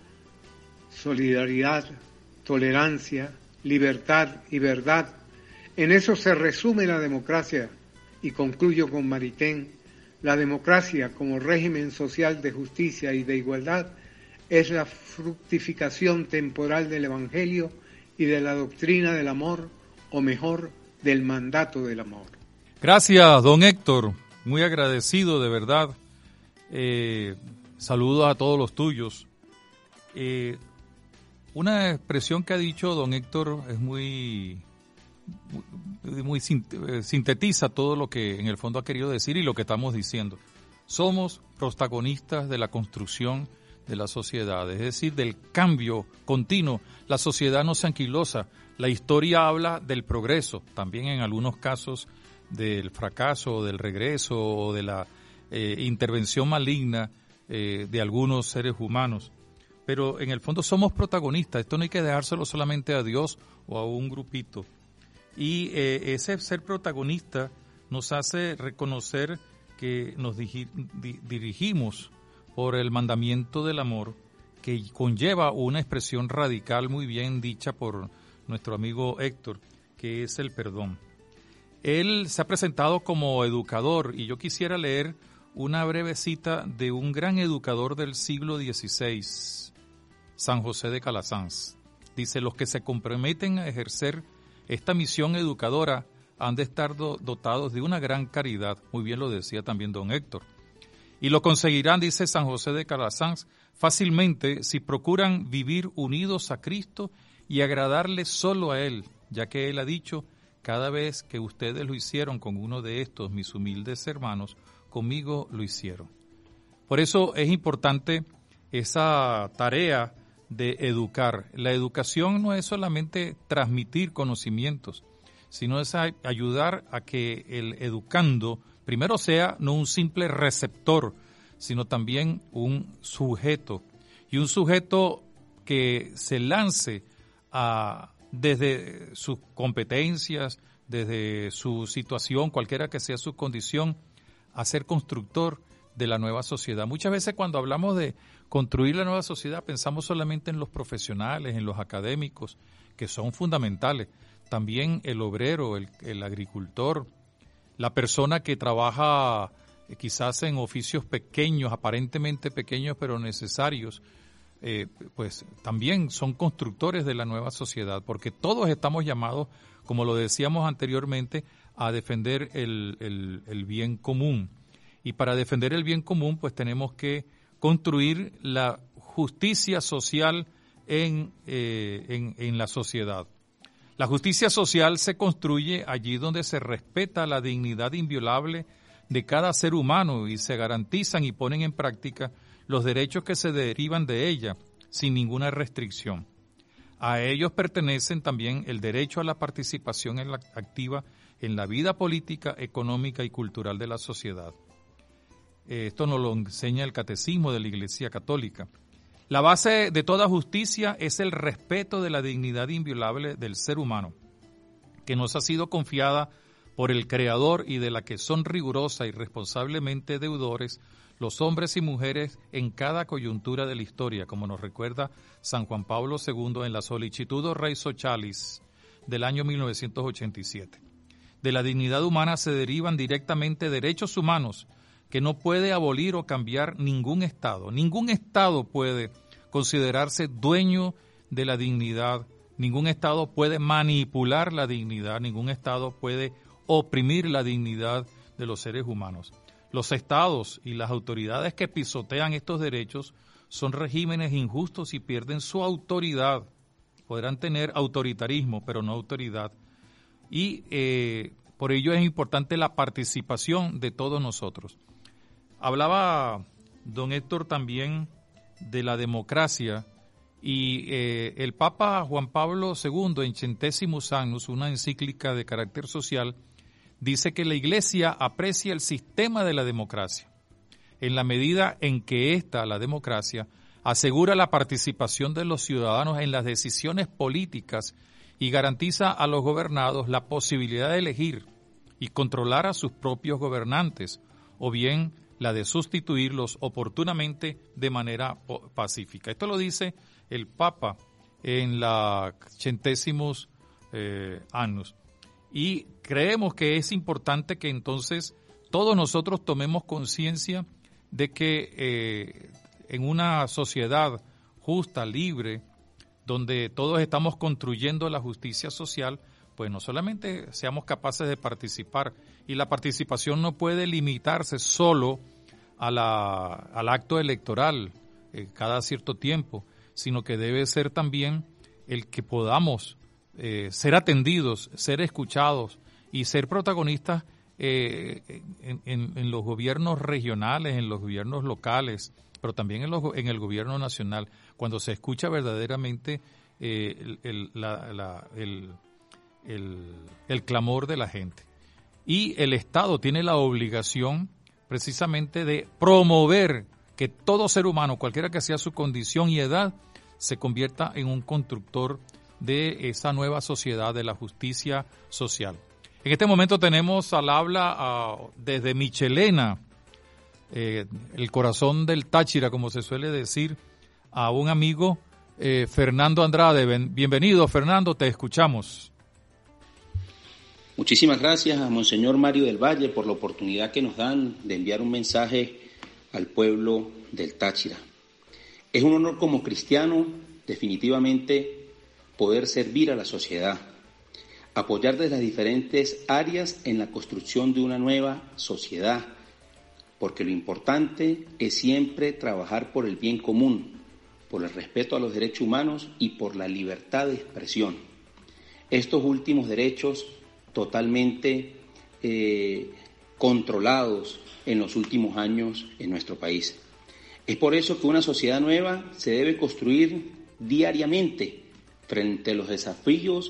Solidaridad, tolerancia, libertad y verdad. En eso se resume la democracia. Y concluyo con Maritain: la democracia como régimen social de justicia y de igualdad es la fructificación temporal del Evangelio y de la doctrina del amor, o mejor, del mandato del amor. Gracias, don Héctor. Muy agradecido, de verdad. Saludos a todos los tuyos. Una expresión que ha dicho don Héctor es muy sintetiza todo lo que en el fondo ha querido decir y lo que estamos diciendo. Somos protagonistas de la construcción de la sociedad, es decir, del cambio continuo. La sociedad no se anquilosa. La historia habla del progreso, también en algunos casos del fracaso, del regreso o de la intervención maligna de algunos seres humanos. Pero en el fondo somos protagonistas. Esto no hay que dejárselo solamente a Dios o a un grupito. Y ese ser protagonista nos hace reconocer que nos dirigimos por el mandamiento del amor, que conlleva una expresión radical muy bien dicha por nuestro amigo Héctor, que es el perdón. Él se ha presentado como educador y yo quisiera leer una breve cita de un gran educador del siglo XVI, San José de Calasanz. Dice: los que se comprometen a ejercer esta misión educadora han de estar dotados de una gran caridad. Muy bien lo decía también don Héctor. Y lo conseguirán, dice San José de Calasanz, fácilmente si procuran vivir unidos a Cristo y agradarle solo a Él, ya que Él ha dicho: cada vez que ustedes lo hicieron con uno de estos mis humildes hermanos, conmigo lo hicieron. Por eso es importante esa tarea de educar. La educación no es solamente transmitir conocimientos, sino es ayudar a que el educando primero sea no un simple receptor, sino también un sujeto, y un sujeto que se lance desde sus competencias, desde su situación, cualquiera que sea su condición, a ser constructor de la nueva sociedad. Muchas veces cuando hablamos de construir la nueva sociedad pensamos solamente en los profesionales, en los académicos, que son fundamentales. También el obrero, el agricultor, la persona que trabaja quizás en oficios pequeños, aparentemente pequeños pero necesarios, pues también son constructores de la nueva sociedad, porque todos estamos llamados, como lo decíamos anteriormente, a defender el bien común. Y para defender el bien común, pues tenemos que construir la justicia social en la sociedad. La justicia social se construye allí donde se respeta la dignidad inviolable de cada ser humano y se garantizan y ponen en práctica los derechos que se derivan de ella sin ninguna restricción. A ellos pertenecen también el derecho a la participación activa en la vida política, económica y cultural de la sociedad. Esto nos lo enseña el Catecismo de la Iglesia Católica. La base de toda justicia es el respeto de la dignidad inviolable del ser humano, que nos ha sido confiada por el Creador y de la que son rigurosa y responsablemente deudores los hombres y mujeres en cada coyuntura de la historia, como nos recuerda San Juan Pablo II en la Sollicitudo Rei Socialis del año 1987. De la dignidad humana se derivan directamente derechos humanos que no puede abolir o cambiar ningún Estado. Ningún Estado puede considerarse dueño de la dignidad, ningún Estado puede manipular la dignidad, ningún Estado puede oprimir la dignidad de los seres humanos. Los Estados y las autoridades que pisotean estos derechos son regímenes injustos y pierden su autoridad. Podrán tener autoritarismo, pero no autoridad. Y por ello es importante la participación de todos nosotros. Hablaba don Héctor también de la democracia y el Papa Juan Pablo II en Centesimus Annus, una encíclica de carácter social, dice que la Iglesia aprecia el sistema de la democracia en la medida en que la democracia, asegura la participación de los ciudadanos en las decisiones políticas y garantiza a los gobernados la posibilidad de elegir y controlar a sus propios gobernantes, o bien la de sustituirlos oportunamente de manera pacífica. Esto lo dice el Papa en la Centesimus Annus. Y creemos que es importante que entonces todos nosotros tomemos conciencia de que en una sociedad justa, libre, donde todos estamos construyendo la justicia social, pues no solamente seamos capaces de participar, y la participación no puede limitarse solo al acto electoral cada cierto tiempo, sino que debe ser también el que podamos ser atendidos, ser escuchados y ser protagonistas en los gobiernos regionales, en los gobiernos locales, pero también en el gobierno nacional, cuando se escucha verdaderamente el clamor de la gente. Y el Estado tiene la obligación precisamente de promover que todo ser humano, cualquiera que sea su condición y edad, se convierta en un constructor de esa nueva sociedad, de la justicia social. En este momento tenemos al habla desde Michelena, el corazón del Táchira, como se suele decir, a un amigo, Fernando Andrade. Bienvenido, Fernando, te escuchamos. Muchísimas gracias a Monseñor Mario del Valle por la oportunidad que nos dan de enviar un mensaje al pueblo del Táchira. Es un honor como cristiano, definitivamente, poder servir a la sociedad, apoyar desde las diferentes áreas en la construcción de una nueva sociedad, porque lo importante es siempre trabajar por el bien común, por el respeto a los derechos humanos y por la libertad de expresión. Estos últimos derechos totalmente controlados en los últimos años en nuestro país. Es por eso que una sociedad nueva se debe construir diariamente frente a los desafíos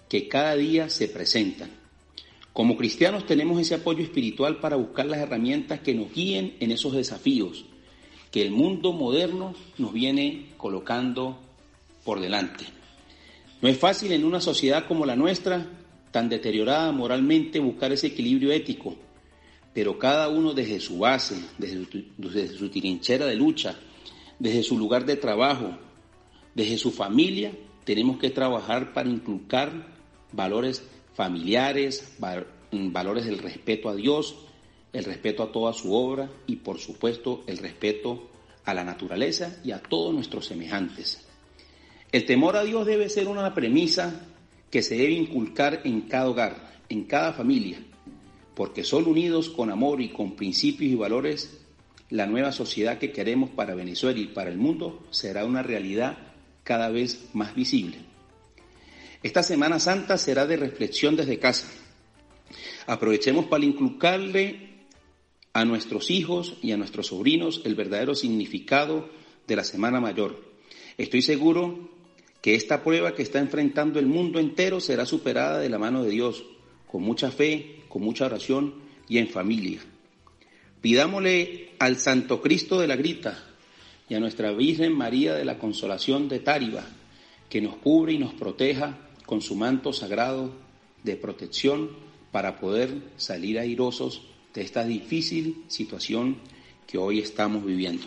que cada día se presentan. Como cristianos tenemos ese apoyo espiritual para buscar las herramientas que nos guíen en esos desafíos que el mundo moderno nos viene colocando por delante. No es fácil en una sociedad como la nuestra, tan deteriorada moralmente, buscar ese equilibrio ético, pero cada uno desde su base, desde su trinchera de lucha, desde su lugar de trabajo, desde su familia, tenemos que trabajar para inculcar valores familiares, valores del respeto a Dios, el respeto a toda su obra y, por supuesto, el respeto a la naturaleza y a todos nuestros semejantes. El temor a Dios debe ser una premisa que se debe inculcar en cada hogar, en cada familia, porque solo unidos con amor y con principios y valores, la nueva sociedad que queremos para Venezuela y para el mundo será una realidad cada vez más visible. Esta Semana Santa será de reflexión desde casa. Aprovechemos para inculcarle a nuestros hijos y a nuestros sobrinos el verdadero significado de la Semana Mayor. Estoy seguro que esta prueba que está enfrentando el mundo entero será superada de la mano de Dios, con mucha fe, con mucha oración y en familia. Pidámosle al Santo Cristo de la Grita y a nuestra Virgen María de la Consolación de Táriba que nos cubre y nos proteja con su manto sagrado de protección para poder salir airosos de esta difícil situación que hoy estamos viviendo.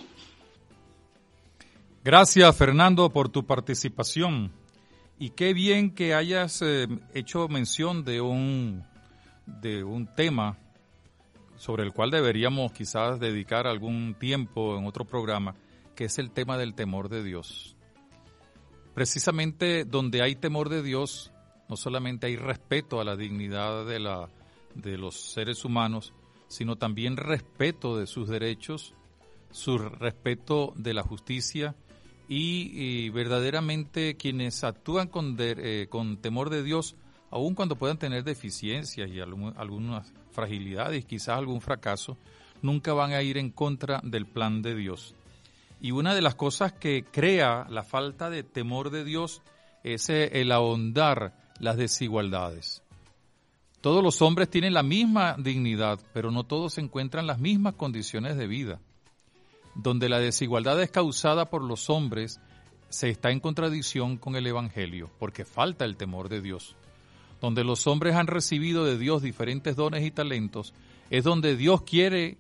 Gracias, Fernando, por tu participación. Y qué bien que hayas hecho mención de un tema sobre el cual deberíamos quizás dedicar algún tiempo en otro programa, que es el tema del temor de Dios. Precisamente donde hay temor de Dios, no solamente hay respeto a la dignidad de los seres humanos, sino también respeto de sus derechos, su respeto de la justicia y verdaderamente quienes actúan con temor de Dios, aun cuando puedan tener deficiencias y algunas fragilidades, quizás algún fracaso, nunca van a ir en contra del plan de Dios. Y una de las cosas que crea la falta de temor de Dios es el ahondar las desigualdades. Todos los hombres tienen la misma dignidad, pero no todos encuentran las mismas condiciones de vida. Donde la desigualdad es causada por los hombres, se está en contradicción con el Evangelio, porque falta el temor de Dios. Donde los hombres han recibido de Dios diferentes dones y talentos, es donde Dios quiere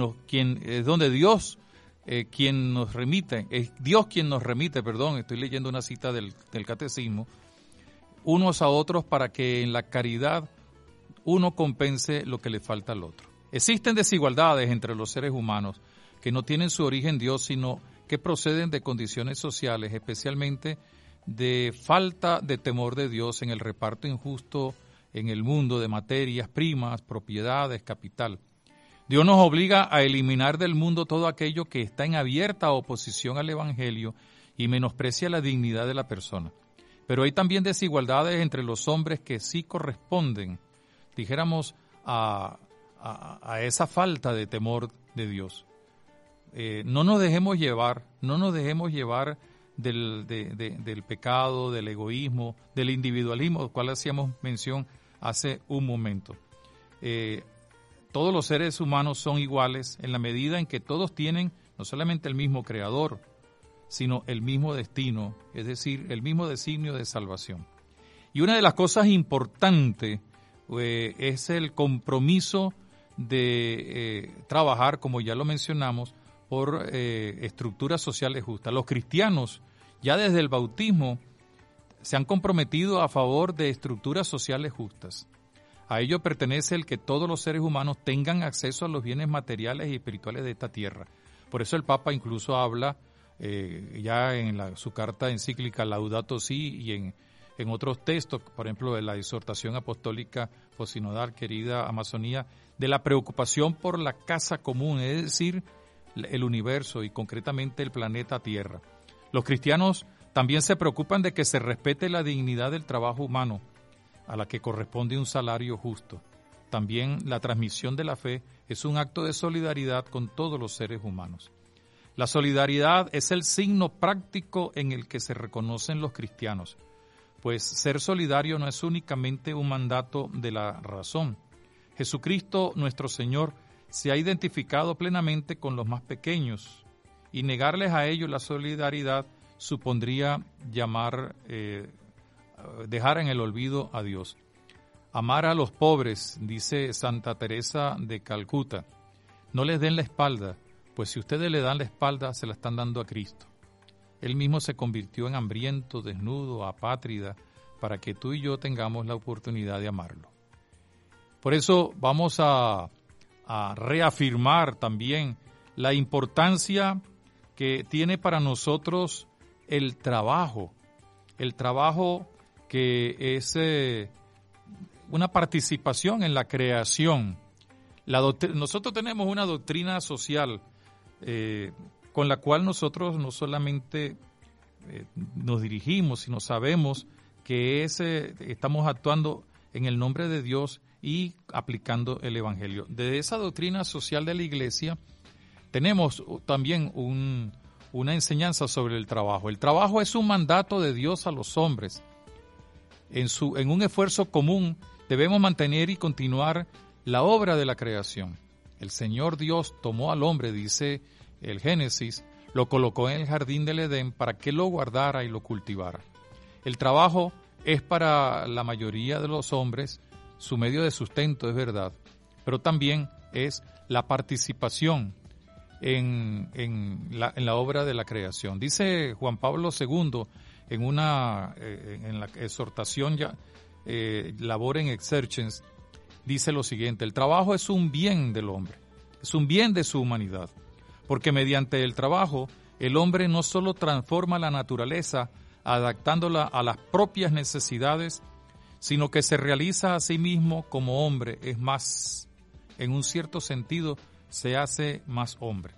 quien nos remite, estoy leyendo una cita del Catecismo, unos a otros para que en la caridad uno compense lo que le falta al otro. Existen desigualdades entre los seres humanos que no tienen su origen en Dios, sino que proceden de condiciones sociales, especialmente de falta de temor de Dios en el reparto injusto en el mundo de materias primas, propiedades, capital. Dios nos obliga a eliminar del mundo todo aquello que está en abierta oposición al Evangelio y menosprecia la dignidad de la persona. Pero hay también desigualdades entre los hombres que sí corresponden, dijéramos, a esa falta de temor de Dios. No nos dejemos llevar del pecado, del egoísmo, del individualismo, del cual hacíamos mención hace un momento. Todos los seres humanos son iguales en la medida en que todos tienen no solamente el mismo creador, sino el mismo destino, es decir, el mismo designio de salvación. Y una de las cosas importantes es el compromiso de trabajar, como ya lo mencionamos, por estructuras sociales justas. Los cristianos, ya desde el bautismo, se han comprometido a favor de estructuras sociales justas. A ello pertenece el que todos los seres humanos tengan acceso a los bienes materiales y espirituales de esta tierra. Por eso el Papa incluso habla ya en su carta encíclica Laudato Si y en otros textos, por ejemplo de la exhortación apostólica posinodal, querida Amazonía, de la preocupación por la casa común, es decir, el universo y concretamente el planeta Tierra. Los cristianos también se preocupan de que se respete la dignidad del trabajo humano, a la que corresponde un salario justo. También la transmisión de la fe es un acto de solidaridad con todos los seres humanos. La solidaridad es el signo práctico en el que se reconocen los cristianos. pues ser solidario no es únicamente un mandato de la razón. Jesucristo, nuestro Señor, se ha identificado plenamente con los más pequeños, y negarles a ellos la solidaridad supondría dejar en el olvido a Dios. Amar a los pobres, dice Santa Teresa de Calcuta, no les den la espalda, pues si ustedes le dan la espalda, se la están dando a Cristo. Él mismo se convirtió en hambriento, desnudo, apátrida, para que tú y yo tengamos la oportunidad de amarlo. Por eso vamos a reafirmar también la importancia que tiene para nosotros el trabajo que es una participación en la creación. Nosotros tenemos una doctrina social con la cual nosotros no solamente nos dirigimos, sino sabemos que estamos actuando en el nombre de Dios y aplicando el Evangelio. De esa doctrina social de la Iglesia tenemos también una enseñanza sobre el trabajo. El trabajo es un mandato de Dios a los hombres. En un esfuerzo común debemos mantener y continuar la obra de la creación. El Señor Dios tomó al hombre, dice el Génesis, lo colocó en el jardín del Edén para que lo guardara y lo cultivara. El trabajo es para la mayoría de los hombres su medio de sustento, es verdad, pero también es la participación en la obra de la creación. Dice Juan Pablo II en la exhortación Laborem Exercens, dice lo siguiente: el trabajo es un bien del hombre, es un bien de su humanidad, porque mediante el trabajo el hombre no solo transforma la naturaleza adaptándola a las propias necesidades, sino que se realiza a sí mismo como hombre, es más, en un cierto sentido, se hace más hombre.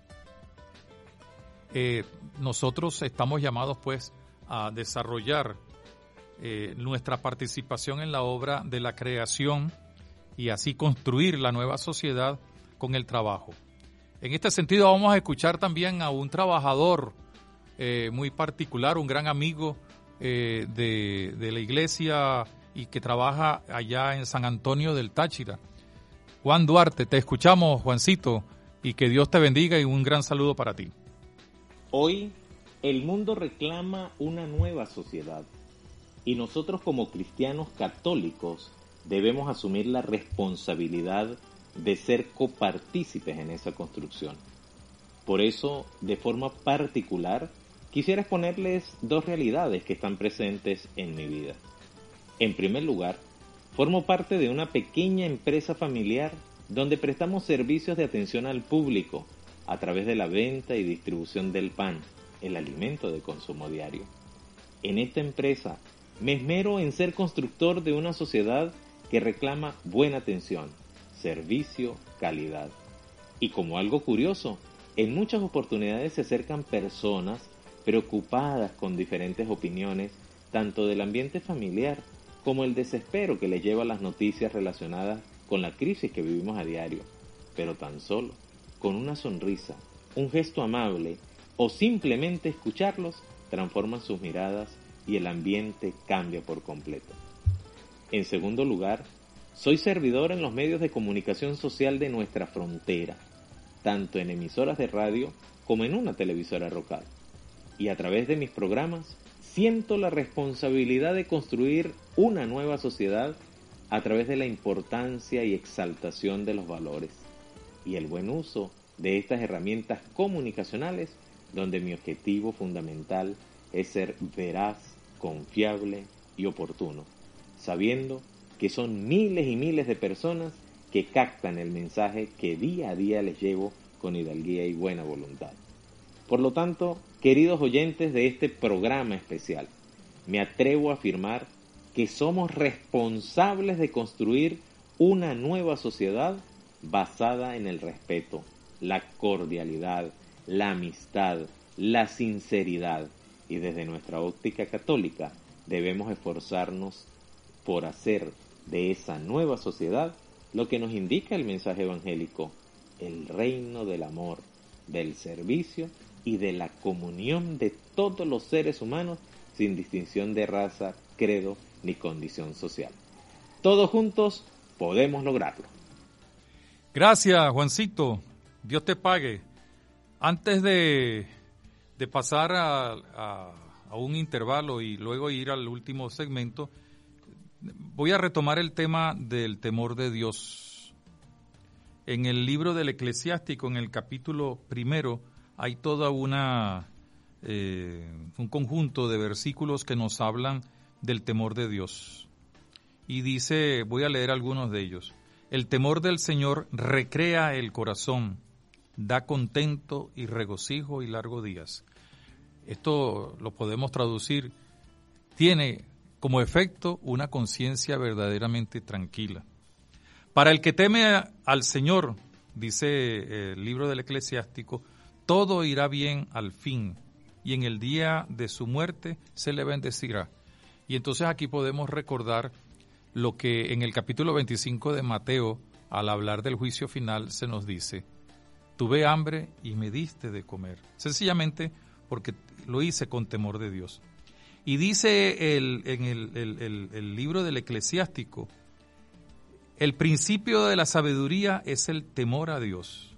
Nosotros estamos llamados pues a desarrollar nuestra participación en la obra de la creación y así construir la nueva sociedad con el trabajo. En este sentido vamos a escuchar también a un trabajador muy particular, un gran amigo de la iglesia y que trabaja allá en San Antonio del Táchira. Juan Duarte, te escuchamos, Juancito, y que Dios te bendiga y un gran saludo para ti. Hoy el mundo reclama una nueva sociedad y nosotros como cristianos católicos debemos asumir la responsabilidad de ser copartícipes en esa construcción. Por eso, de forma particular, quisiera exponerles dos realidades que están presentes en mi vida. En primer lugar, formo parte de una pequeña empresa familiar donde prestamos servicios de atención al público a través de la venta y distribución del pan, el alimento de consumo diario. En esta empresa me esmero en ser constructor de una sociedad que reclama buena atención, servicio, calidad. Y como algo curioso, en muchas oportunidades se acercan personas preocupadas con diferentes opiniones, tanto del ambiente familiar como el desespero que les lleva a las noticias relacionadas con la crisis que vivimos a diario, pero tan solo con una sonrisa, un gesto amable o simplemente escucharlos transforman sus miradas y el ambiente cambia por completo. En segundo lugar, soy servidor en los medios de comunicación social de nuestra frontera, tanto en emisoras de radio como en una televisora local. Y a través de mis programas siento la responsabilidad de construir una nueva sociedad a través de la importancia y exaltación de los valores y el buen uso de estas herramientas comunicacionales, donde mi objetivo fundamental es ser veraz, confiable y oportuno, sabiendo que son miles y miles de personas que captan el mensaje que día a día les llevo con hidalguía y buena voluntad. Por lo tanto, queridos oyentes de este programa especial, me atrevo a afirmar que somos responsables de construir una nueva sociedad basada en el respeto, la cordialidad, la amistad, la sinceridad, y desde nuestra óptica católica debemos esforzarnos por hacer de esa nueva sociedad lo que nos indica el mensaje evangélico, el reino del amor, del servicio y de la comunión de todos los seres humanos sin distinción de raza, credo ni condición social. Todos juntos podemos lograrlo. Gracias, Juancito. Dios te pague. Antes de pasar a un intervalo y luego ir al último segmento, voy a retomar el tema del temor de Dios. En el libro del Eclesiástico, en el capítulo 1, hay toda un conjunto de versículos que nos hablan del temor de Dios. Y dice, voy a leer algunos de ellos. El temor del Señor recrea el corazón, da contento y regocijo y largos días. Esto lo podemos traducir, tiene como efecto una conciencia verdaderamente tranquila. Para el que teme al Señor, dice el libro del Eclesiástico, todo irá bien al fin, y en el día de su muerte se le bendecirá. Y entonces aquí podemos recordar lo que en el capítulo 25 de Mateo, al hablar del juicio final, se nos dice: tuve hambre y me diste de comer. Sencillamente porque lo hice con temor de Dios. Y dice en el libro del Eclesiástico, el principio de la sabiduría es el temor a Dios.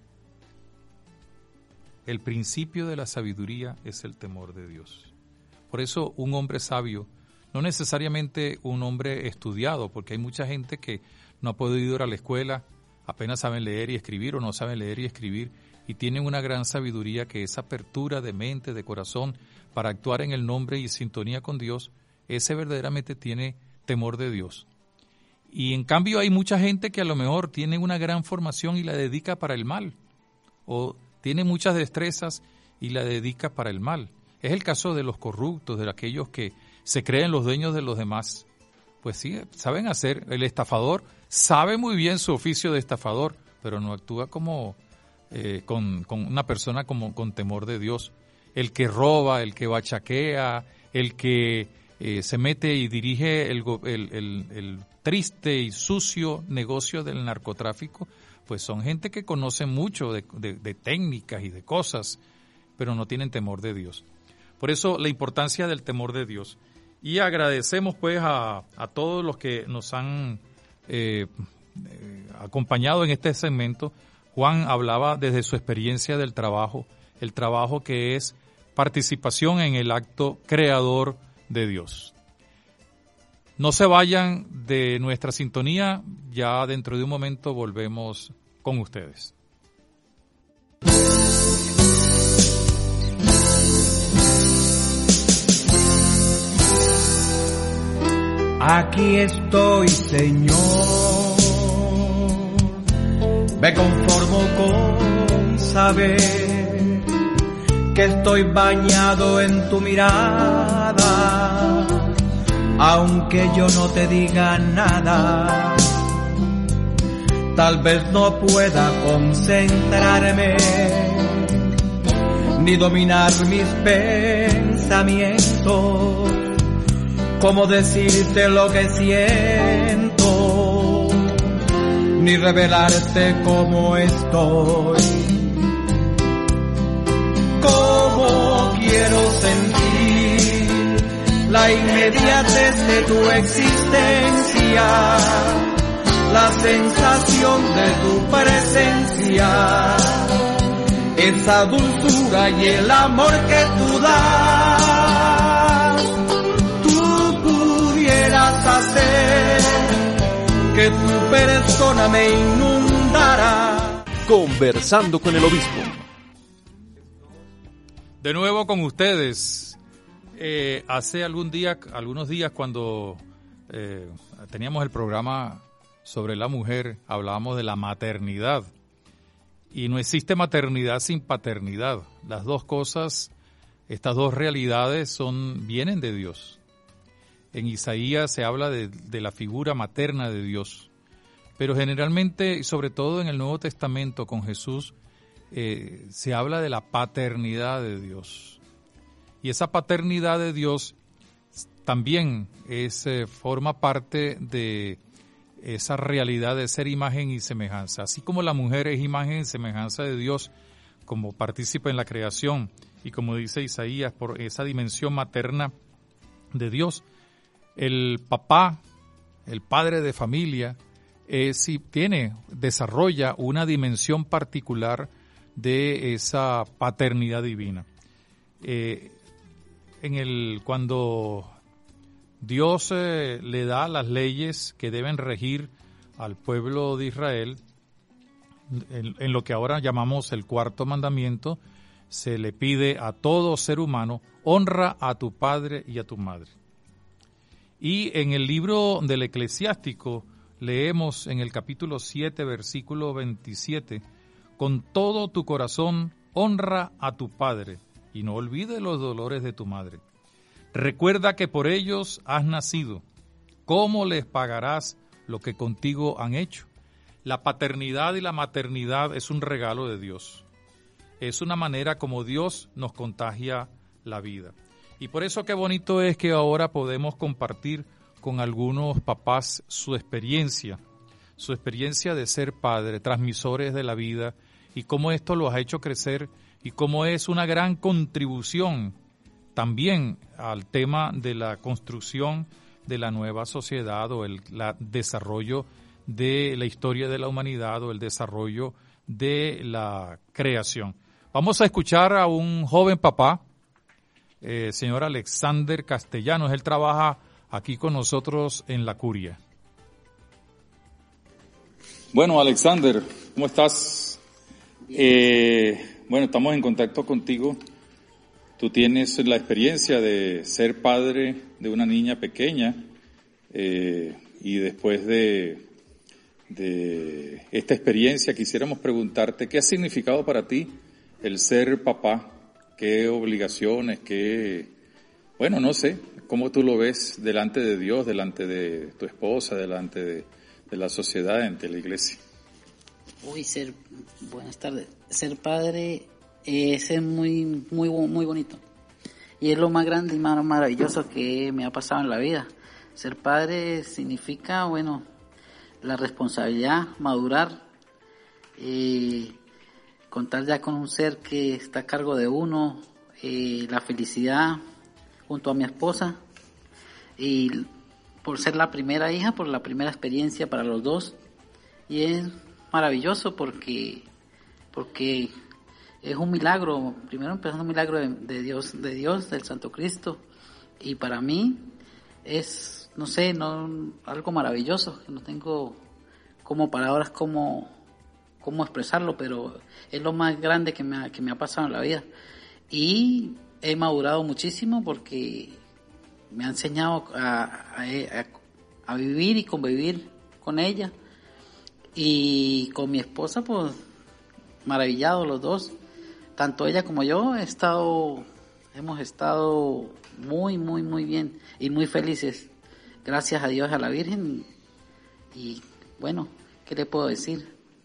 El principio de la sabiduría es el temor de Dios. Por eso un hombre sabio, no necesariamente un hombre estudiado, porque hay mucha gente que no ha podido ir a la escuela, apenas saben leer y escribir o no saben leer y escribir, y tienen una gran sabiduría que es apertura de mente, de corazón, para actuar en el nombre y sintonía con Dios. Ese verdaderamente tiene temor de Dios. Y en cambio hay mucha gente que a lo mejor tiene una gran formación y la dedica para el mal, o tiene muchas destrezas y la dedica para el mal. Es el caso de los corruptos, de aquellos que se creen los dueños de los demás. Pues sí, saben hacer. El estafador sabe muy bien su oficio de estafador, pero no actúa como con una persona con temor de Dios. El que roba, el que bachaquea, el que se mete y dirige el triste y sucio negocio del narcotráfico, pues son gente que conoce mucho de técnicas y de cosas, pero no tienen temor de Dios. Por eso la importancia del temor de Dios. Y agradecemos pues a todos los que nos han acompañado en este segmento. Juan hablaba desde su experiencia del trabajo, el trabajo que es participación en el acto creador de Dios. No se vayan de nuestra sintonía, ya dentro de un momento volvemos con ustedes. Aquí estoy, Señor, me conformo con saber que estoy bañado en tu mirada, aunque yo no te diga nada. Tal vez no pueda concentrarme ni dominar mis pensamientos, cómo decirte lo que siento, ni revelarte cómo estoy. Cómo quiero sentir la inmediatez de tu existencia, la sensación de tu presencia, esa dulzura y el amor que tú das. Tú pudieras hacer que tu persona me inundara. Conversando con el Obispo. De nuevo con ustedes. Hace algunos días cuando teníamos el programa sobre la mujer, hablábamos de la maternidad. Y no existe maternidad sin paternidad. Las dos cosas, estas dos realidades vienen de Dios. En Isaías se habla de la figura materna de Dios. Pero generalmente, y sobre todo en el Nuevo Testamento con Jesús, se habla de la paternidad de Dios. Y esa paternidad de Dios también forma parte de esa realidad de ser imagen y semejanza. Así como la mujer es imagen y semejanza de Dios como partícipe en la creación y como dice Isaías, por esa dimensión materna de Dios, El papá, el padre de familia, desarrolla una dimensión particular de esa paternidad divina. Cuando Dios le da las leyes que deben regir al pueblo de Israel, en lo que ahora llamamos el cuarto mandamiento, se le pide a todo ser humano: honra a tu padre y a tu madre. Y en el libro del Eclesiástico leemos en el capítulo 7, versículo 27, con todo tu corazón honra a tu padre y no olvides los dolores de tu madre. Recuerda que por ellos has nacido. ¿Cómo les pagarás lo que contigo han hecho? La paternidad y la maternidad es un regalo de Dios. Es una manera como Dios nos contagia la vida. Y por eso qué bonito es que ahora podemos compartir con algunos papás su experiencia de ser padre, transmisores de la vida, y cómo esto los ha hecho crecer y cómo es una gran contribución también al tema de la construcción de la nueva sociedad o el desarrollo de la historia de la humanidad o el desarrollo de la creación. Vamos a escuchar a un joven papá, señor Alexander Castellanos. Él trabaja aquí con nosotros en la curia. Bueno, Alexander, ¿cómo estás? Bueno, estamos en contacto contigo. Tú tienes la experiencia de ser padre de una niña pequeña y después de esta experiencia quisiéramos preguntarte qué ha significado para ti el ser papá, qué obligaciones, bueno, no sé, cómo tú lo ves delante de Dios, delante de tu esposa, delante de la sociedad, ante la iglesia. Buenas tardes. Ser padre es muy bonito. Y es lo más grande y más maravilloso que me ha pasado en la vida. Ser padre significa, bueno, la responsabilidad, madurar, contar ya con un ser que está a cargo de uno, la felicidad junto a mi esposa, y por ser la primera hija, por la primera experiencia para los dos. Y es maravilloso porque es un milagro, primero empezando un milagro de Dios, del Santo Cristo, y para mí es, algo maravilloso, que no tengo como palabras cómo expresarlo, pero es lo más grande que me ha pasado en la vida. Y he madurado muchísimo porque me ha enseñado a vivir y convivir con ella, y con mi esposa, pues maravillados los dos, tanto ella como yo. Hemos estado muy bien y muy felices, gracias a Dios, a la Virgen. Y bueno, ¿qué le puedo decir?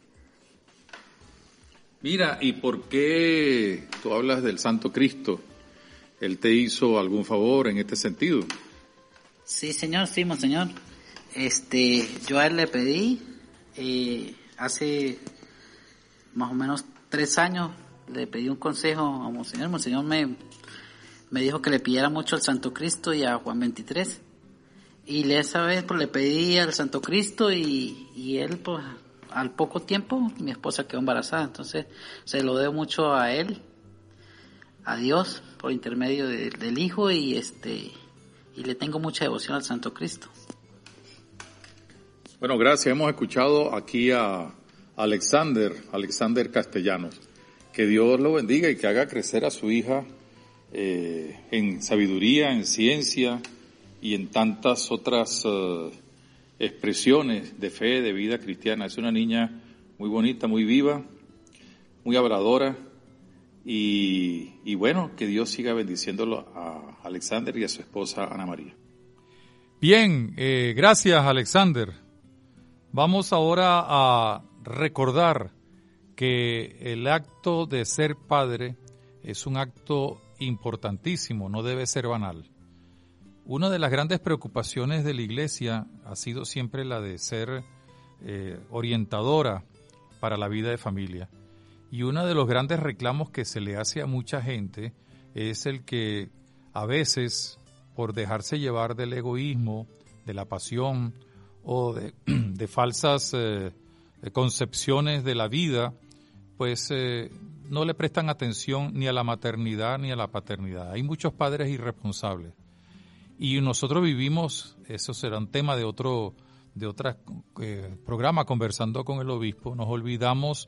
Mira, ¿y por qué tú hablas del Santo Cristo? ¿Él te hizo algún favor en este sentido? Sí, señor, sí, monseñor. Yo a él le pedí, hace más o menos 3 años, le pedí un consejo a monseñor. Monseñor me dijo que le pidiera mucho al Santo Cristo y a Juan 23. Y esa vez pues le pedí al Santo Cristo y él, pues al poco tiempo mi esposa quedó embarazada. Entonces se lo debo mucho a él, a Dios, por intermedio del Hijo, y le tengo mucha devoción al Santo Cristo. Bueno, gracias. Hemos escuchado aquí a Alexander Castellanos. Que Dios lo bendiga y que haga crecer a su hija en sabiduría, en ciencia y en tantas otras expresiones de fe, de vida cristiana. Es una niña muy bonita, muy viva, muy habladora, y bueno, que Dios siga bendiciéndolo a Alexander y a su esposa Ana María. Bien, gracias, Alexander. Vamos ahora a recordar que el acto de ser padre es un acto importantísimo, no debe ser banal. Una de las grandes preocupaciones de la Iglesia ha sido siempre la de ser orientadora para la vida de familia. Y uno de los grandes reclamos que se le hace a mucha gente es el que a veces por dejarse llevar del egoísmo, de la pasión o de falsas concepciones de la vida, pues no le prestan atención ni a la maternidad ni a la paternidad. Hay muchos padres irresponsables. Y nosotros vivimos, eso será un tema de otro programa, conversando con el obispo, nos olvidamos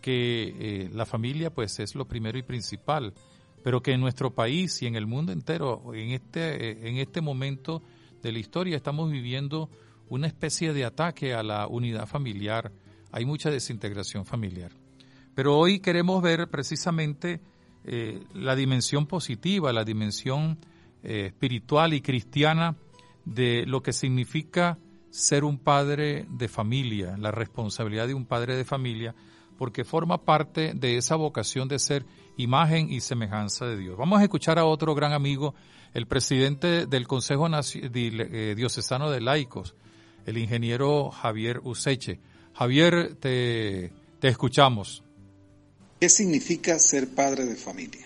que la familia pues es lo primero y principal, pero que en nuestro país y en el mundo entero, en este momento de la historia, estamos viviendo una especie de ataque a la unidad familiar. Hay mucha desintegración familiar. Pero hoy queremos ver precisamente la dimensión positiva, la dimensión espiritual y cristiana de lo que significa ser un padre de familia, la responsabilidad de un padre de familia, porque forma parte de esa vocación de ser imagen y semejanza de Dios. Vamos a escuchar a otro gran amigo, el presidente del Consejo Diocesano de Laicos, el ingeniero Javier Useche. Javier, te escuchamos. ¿Qué significa ser padre de familia?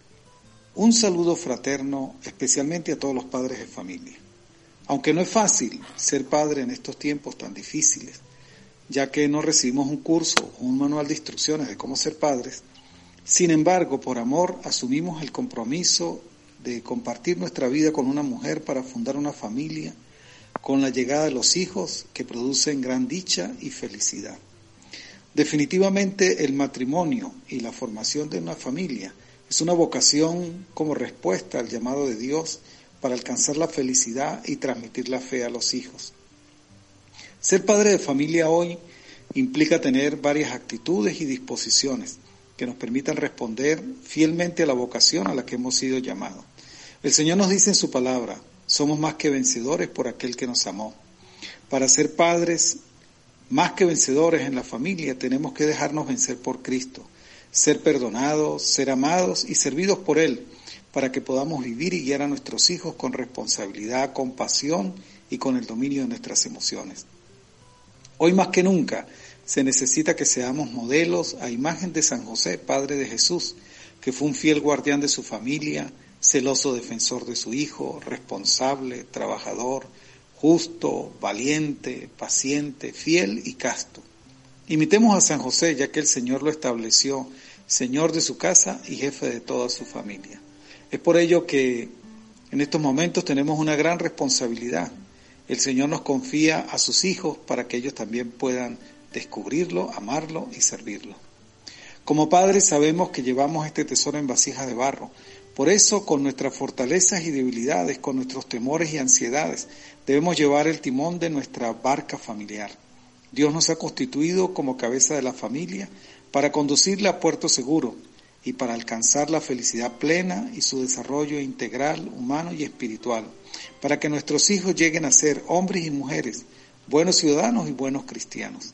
Un saludo fraterno especialmente a todos los padres de familia. Aunque no es fácil ser padre en estos tiempos tan difíciles, ya que no recibimos un curso o un manual de instrucciones de cómo ser padres, sin embargo, por amor, asumimos el compromiso de compartir nuestra vida con una mujer para fundar una familia con la llegada de los hijos que producen gran dicha y felicidad. Definitivamente el matrimonio y la formación de una familia es una vocación como respuesta al llamado de Dios para alcanzar la felicidad y transmitir la fe a los hijos. Ser padre de familia hoy implica tener varias actitudes y disposiciones que nos permitan responder fielmente a la vocación a la que hemos sido llamados. El Señor nos dice en su palabra: somos más que vencedores por aquel que nos amó. Para ser padres más que vencedores en la familia, tenemos que dejarnos vencer por Cristo, ser perdonados, ser amados y servidos por Él, para que podamos vivir y guiar a nuestros hijos con responsabilidad, con pasión y con el dominio de nuestras emociones. Hoy más que nunca se necesita que seamos modelos a imagen de San José, padre de Jesús, que fue un fiel guardián de su familia, celoso defensor de su hijo, responsable, trabajador, justo, valiente, paciente, fiel y casto. Imitemos a San José, ya que el Señor lo estableció Señor de su casa y jefe de toda su familia. Es por ello que en estos momentos tenemos una gran responsabilidad. El Señor nos confía a sus hijos para que ellos también puedan descubrirlo, amarlo y servirlo. Como padres sabemos que llevamos este tesoro en vasijas de barro. Por eso, con nuestras fortalezas y debilidades, con nuestros temores y ansiedades, debemos llevar el timón de nuestra barca familiar. Dios nos ha constituido como cabeza de la familia para conducirla a puerto seguro y para alcanzar la felicidad plena y su desarrollo integral, humano y espiritual, para que nuestros hijos lleguen a ser hombres y mujeres, buenos ciudadanos y buenos cristianos.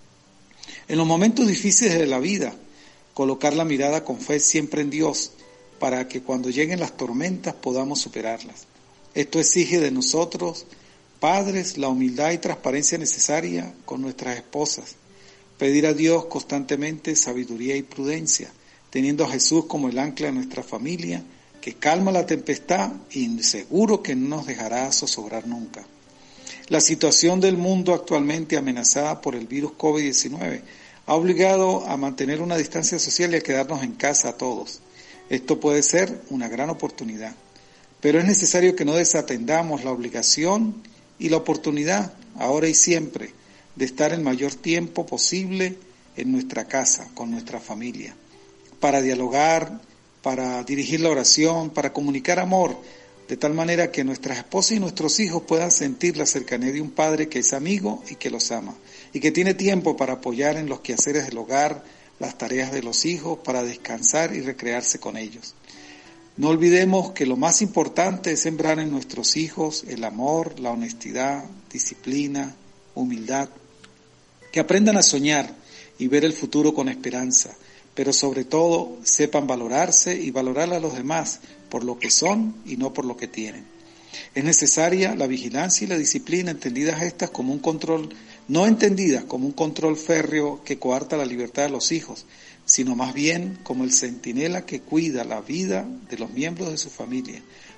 En los momentos difíciles de la vida, colocar la mirada con fe siempre en Dios, para que cuando lleguen las tormentas podamos superarlas. Esto exige de nosotros, padres, la humildad y transparencia necesaria con nuestras esposas, pedir a Dios constantemente sabiduría y prudencia, teniendo a Jesús como el ancla de nuestra familia, que calma la tempestad y seguro que no nos dejará zozobrar nunca. La situación del mundo actualmente amenazada por el virus COVID-19 ha obligado a mantener una distancia social y a quedarnos en casa a todos. Esto puede ser una gran oportunidad, pero es necesario que no desatendamos la obligación y la oportunidad, ahora y siempre, de estar el mayor tiempo posible en nuestra casa, con nuestra familia, para dialogar, para dirigir la oración, para comunicar amor, de tal manera que nuestras esposas y nuestros hijos puedan sentir la cercanía de un padre que es amigo y que los ama, y que tiene tiempo para apoyar en los quehaceres del hogar, las tareas de los hijos, para descansar y recrearse con ellos. No olvidemos que lo más importante es sembrar en nuestros hijos el amor, la honestidad, disciplina, humildad, que aprendan a soñar y ver el futuro con esperanza, pero sobre todo sepan valorarse y valorar a los demás por lo que son y no por lo que tienen. Es necesaria la vigilancia y la disciplina, entendidas estas como un control, no entendidas como un control férreo que coarta la libertad de los hijos, sino más bien como el centinela que cuida la vida de los miembros de su familia,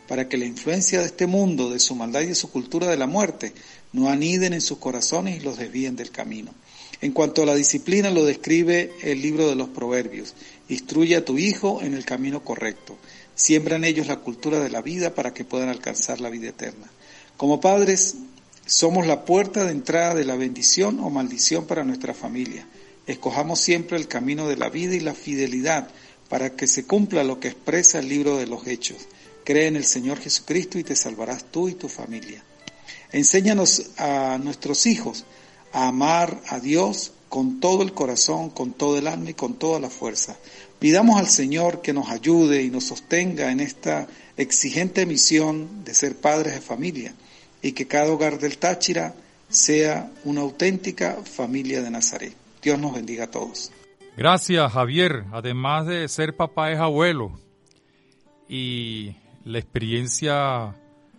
para que la influencia de este mundo, de su maldad y de su cultura de la muerte, no aniden en sus corazones y los desvíen del camino. En cuanto a la disciplina, lo describe el libro de los Proverbios. Instruye a tu hijo en el camino correcto. Siembra en ellos la cultura de la vida para que puedan alcanzar la vida eterna. Como padres, somos la puerta de entrada de la bendición o maldición para nuestra familia. Escojamos siempre el camino de la vida y la fidelidad para que se cumpla lo que expresa el libro de los Hechos. Cree en el Señor Jesucristo y te salvarás tú y tu familia. Enséñanos a nuestros hijos a amar a Dios con todo el corazón, con todo el alma y con toda la fuerza. Pidamos al Señor que nos ayude y nos sostenga en esta exigente misión de ser padres de familia y que cada hogar del Táchira sea una auténtica familia de Nazaret. Dios nos bendiga a todos. Gracias, Javier. Además de ser papá, es abuelo. Y la experiencia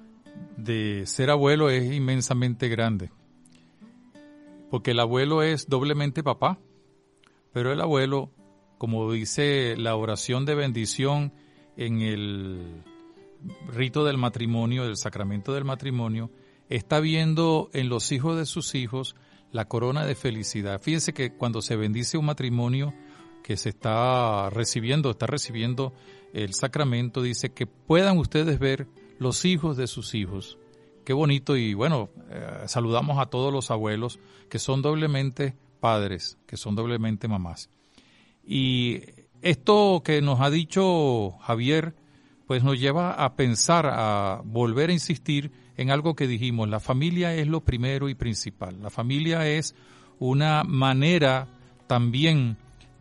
de ser abuelo es inmensamente grande. Porque el abuelo es doblemente papá, pero el abuelo, como dice la oración de bendición en el rito del matrimonio, del sacramento del matrimonio, está viendo en los hijos de sus hijos la corona de felicidad. Fíjense que cuando se bendice un matrimonio que se está recibiendo el sacramento, dice que puedan ustedes ver los hijos de sus hijos. Qué bonito. Y bueno, saludamos a todos los abuelos que son doblemente padres, que son doblemente mamás. Y esto que nos ha dicho Javier, pues nos lleva a pensar, a volver a insistir en algo que dijimos. La familia es lo primero y principal. La familia es una manera también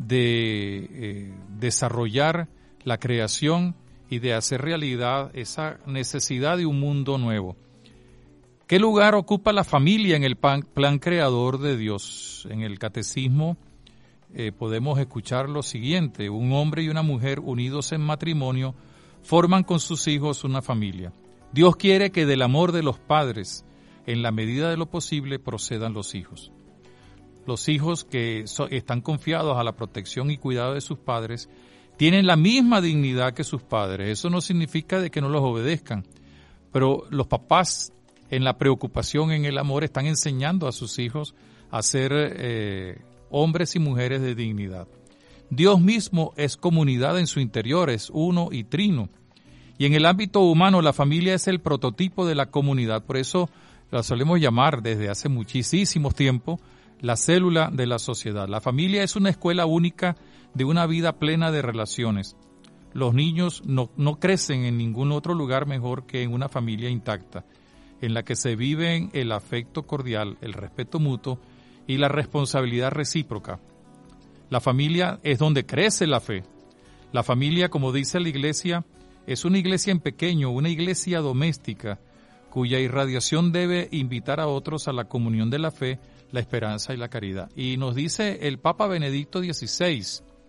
de desarrollar la creación y de hacer realidad esa necesidad de un mundo nuevo. ¿Qué lugar ocupa la familia en el plan creador de Dios? En el catecismo podemos escuchar lo siguiente: un hombre y una mujer unidos en matrimonio forman con sus hijos una familia. Dios quiere que del amor de los padres, en la medida de lo posible, procedan los hijos. Los hijos que están confiados a la protección y cuidado de sus padres tienen la misma dignidad que sus padres. Eso no significa de que no los obedezcan, pero los papás, en la preocupación, en el amor, están enseñando a sus hijos a ser hombres y mujeres de dignidad. Dios mismo es comunidad en su interior, es uno y trino. Y en el ámbito humano, la familia es el prototipo de la comunidad. Por eso la solemos llamar desde hace muchísimos tiempos la célula de la sociedad. La familia es una escuela única de una vida plena de relaciones. Los niños no crecen en ningún otro lugar mejor que en una familia intacta, en la que se viven el afecto cordial, el respeto mutuo y la responsabilidad recíproca. La familia es donde crece la fe. La familia, como dice la Iglesia, es una iglesia en pequeño, una iglesia doméstica, cuya irradiación debe invitar a otros a la comunión de la fe, la esperanza y la caridad. Y nos dice el Papa Benedicto XVI,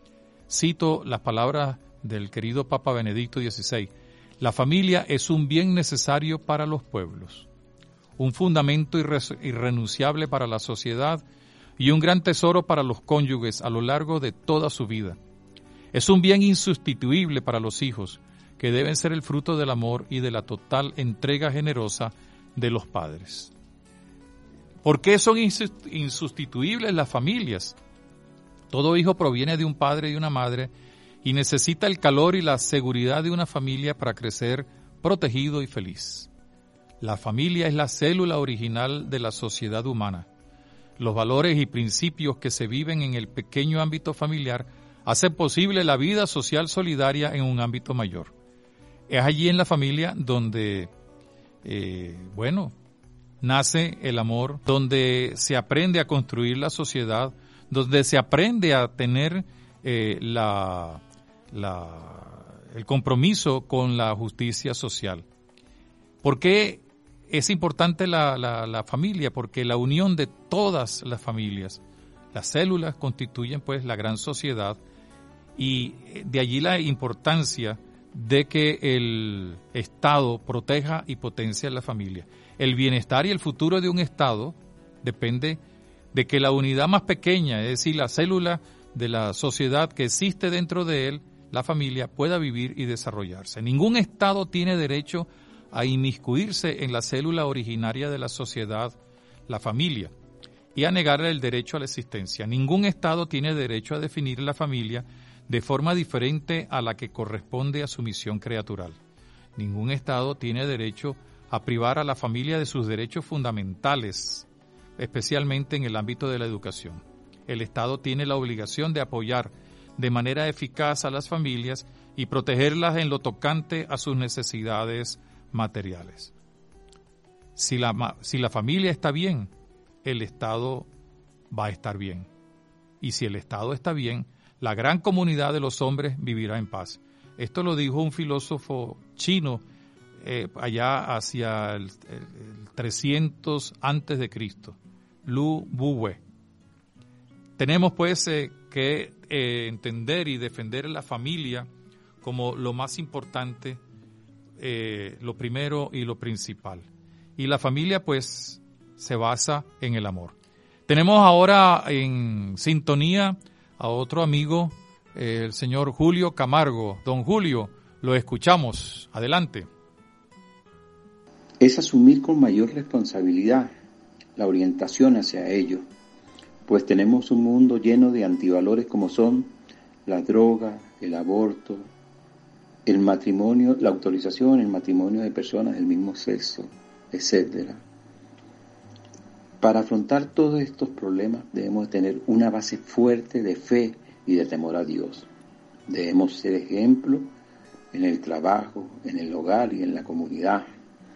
cito las palabras del querido Papa Benedicto XVI, la familia es un bien necesario para los pueblos, un fundamento irrenunciable para la sociedad y un gran tesoro para los cónyuges a lo largo de toda su vida. Es un bien insustituible para los hijos, que deben ser el fruto del amor y de la total entrega generosa de los padres. ¿Por qué son insustituibles las familias? Todo hijo proviene de un padre y una madre y necesita el calor y la seguridad de una familia para crecer protegido y feliz. La familia es la célula original de la sociedad humana. Los valores y principios que se viven en el pequeño ámbito familiar hacen posible la vida social solidaria en un ámbito mayor. Es allí en la familia donde, nace el amor, donde se aprende a construir la sociedad, donde se aprende a tener el compromiso con la justicia social. ¿Por qué es importante la familia? Porque la unión de todas las familias, las células constituyen pues la gran sociedad, y de allí la importancia de que el Estado proteja y potencie a la familia. El bienestar y el futuro de un Estado depende de que la unidad más pequeña, es decir, la célula de la sociedad que existe dentro de él, la familia, pueda vivir y desarrollarse. Ningún Estado tiene derecho a inmiscuirse en la célula originaria de la sociedad, la familia, y a negarle el derecho a la existencia. Ningún Estado tiene derecho a definir la familia de forma diferente a la que corresponde a su misión creatural. Ningún Estado tiene derecho a privar a la familia de sus derechos fundamentales, especialmente en el ámbito de la educación. El Estado tiene la obligación de apoyar de manera eficaz a las familias y protegerlas en lo tocante a sus necesidades materiales. Si la familia está bien, el Estado va a estar bien. Y si el Estado está bien, la gran comunidad de los hombres vivirá en paz. Esto lo dijo un filósofo chino allá hacia el 300 antes de Cristo, Lu Buwe. Tenemos pues que entender y defender la familia como lo más importante, lo primero y lo principal. Y la familia pues se basa en el amor. Tenemos ahora en sintonía a otro amigo, el señor Julio Camargo. Don Julio, lo escuchamos. Adelante. Es asumir con mayor responsabilidad la orientación hacia ello, pues tenemos un mundo lleno de antivalores como son la droga, el aborto, el matrimonio, la autorización, el matrimonio de personas del mismo sexo, etcétera. Para afrontar todos estos problemas debemos tener una base fuerte de fe y de temor a Dios. Debemos ser ejemplo en el trabajo, en el hogar y en la comunidad.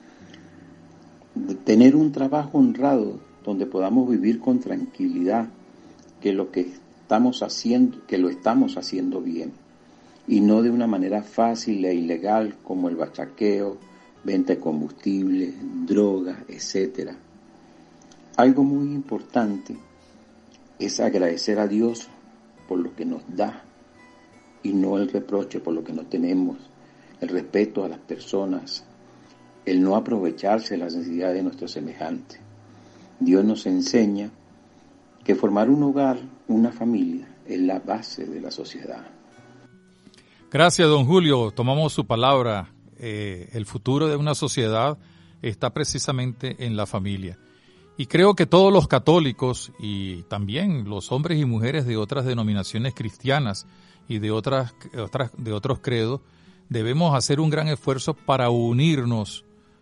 Tener un trabajo honrado donde podamos vivir con tranquilidad que lo estamos haciendo bien y no de una manera fácil e ilegal como el bachaqueo, venta de combustible, droga, etcétera. Algo muy importante es agradecer a Dios por lo que nos da y no el reproche por lo que no tenemos, el respeto a las personas, el no aprovecharse de las necesidades de nuestros semejantes. Dios nos enseña que formar un hogar, una familia, es la base de la sociedad. Gracias, don Julio. Tomamos su palabra. El futuro de una sociedad está precisamente en la familia. Y creo que todos los católicos y también los hombres y mujeres de otras denominaciones cristianas y de otros credos debemos hacer un gran esfuerzo para unirnos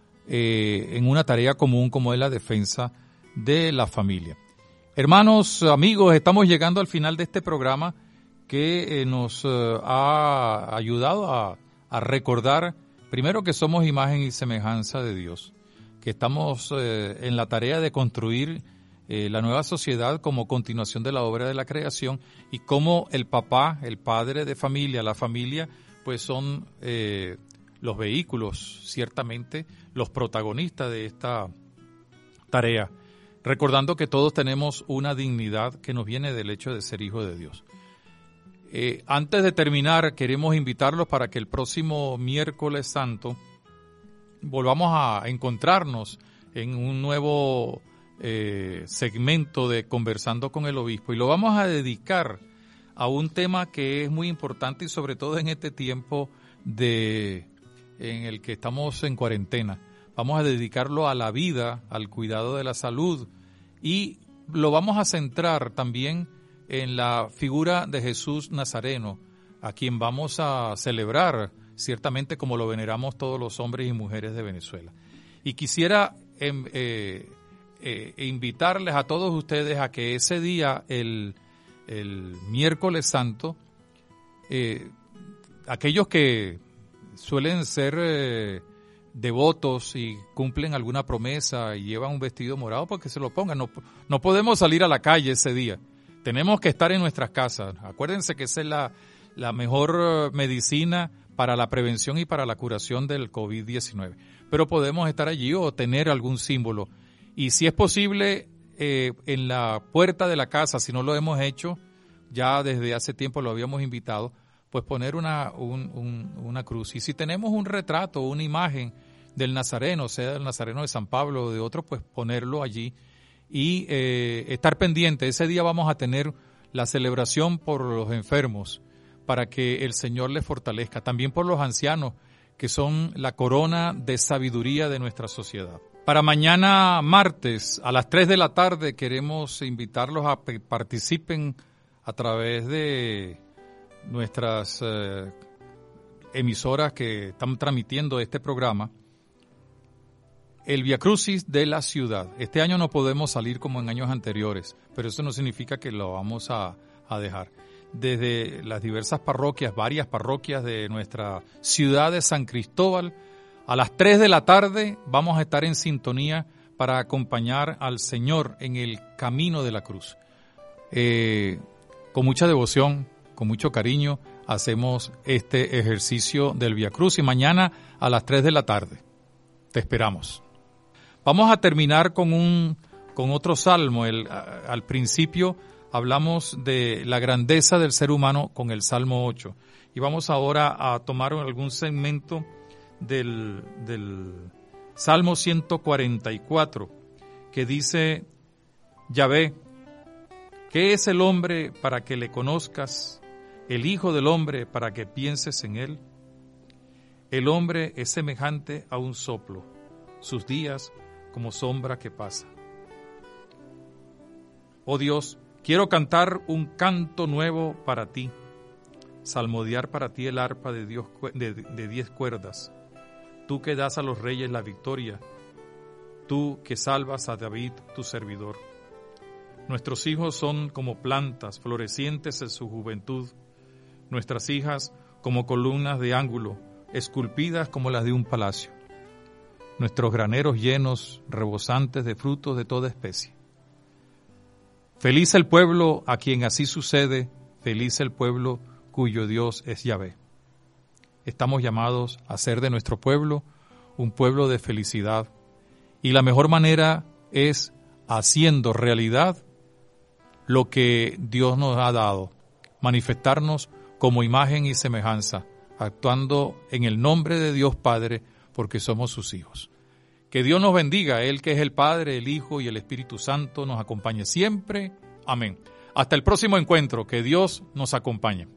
en una tarea común como es la defensa de la familia. Hermanos, amigos, estamos llegando al final de este programa que nos ha ayudado a recordar primero que somos imagen y semejanza de Dios, que estamos en la tarea de construir la nueva sociedad como continuación de la obra de la creación y cómo el papá, el padre de familia, la familia, pues son los vehículos, ciertamente, los protagonistas de esta tarea, recordando que todos tenemos una dignidad que nos viene del hecho de ser hijos de Dios. Antes de terminar, queremos invitarlos para que el próximo miércoles santo volvamos a encontrarnos en un nuevo segmento de Conversando con el Obispo, y lo vamos a dedicar a un tema que es muy importante y sobre todo en este tiempo en el que estamos en cuarentena. Vamos a dedicarlo a la vida, al cuidado de la salud, y lo vamos a centrar también en la figura de Jesús Nazareno, a quien vamos a celebrar ciertamente como lo veneramos todos los hombres y mujeres de Venezuela. Y quisiera invitarles a todos ustedes a que ese día, el miércoles santo, aquellos que suelen ser devotos y cumplen alguna promesa y llevan un vestido morado, porque se lo pongan. No podemos salir a la calle ese día. Tenemos que estar en nuestras casas. Acuérdense que esa es la mejor medicina para la prevención y para la curación del COVID-19. Pero podemos estar allí o tener algún símbolo. Y si es posible, en la puerta de la casa, si no lo hemos hecho, ya desde hace tiempo lo habíamos invitado, pues poner una cruz. Y si tenemos un retrato o una imagen del Nazareno, sea del Nazareno de San Pablo o de otro, pues ponerlo allí y estar pendiente. Ese día vamos a tener la celebración por los enfermos, para que el Señor les fortalezca. También por los ancianos, que son la corona de sabiduría de nuestra sociedad. Para mañana martes a las 3 de la tarde queremos invitarlos a que participen a través de nuestras emisoras que están transmitiendo este programa, el Viacrucis de la ciudad. Este año no podemos salir como en años anteriores, pero eso no significa que lo vamos a dejar. Desde las diversas parroquias, varias parroquias de nuestra ciudad de San Cristóbal, a las 3 de la tarde vamos a estar en sintonía para acompañar al Señor en el camino de la cruz. Con mucha devoción, con mucho cariño, hacemos este ejercicio del Vía Cruz y mañana a las 3 de la tarde. Te esperamos. Vamos a terminar con otro salmo. Al principio hablamos de la grandeza del ser humano con el Salmo 8. Y vamos ahora a tomar algún segmento del Salmo 144, que dice: Yahvé, ¿qué es el hombre para que le conozcas? El hijo del hombre para que pienses en él. El hombre es semejante a un soplo, sus días como sombra que pasa. Oh Dios, quiero cantar un canto nuevo para ti, salmodiar para ti el arpa de 10 cuerdas. Tú que das a los reyes la victoria, tú que salvas a David, tu servidor. Nuestros hijos son como plantas florecientes en su juventud, nuestras hijas como columnas de ángulo, esculpidas como las de un palacio. Nuestros graneros llenos, rebosantes de frutos de toda especie. Feliz el pueblo a quien así sucede, feliz el pueblo cuyo Dios es Yahvé. Estamos llamados a ser de nuestro pueblo un pueblo de felicidad, y la mejor manera es haciendo realidad lo que Dios nos ha dado, manifestarnos como imagen y semejanza, actuando en el nombre de Dios Padre, porque somos sus hijos. Que Dios nos bendiga, Él que es el Padre, el Hijo y el Espíritu Santo, nos acompañe siempre. Amén. Hasta el próximo encuentro, que Dios nos acompañe.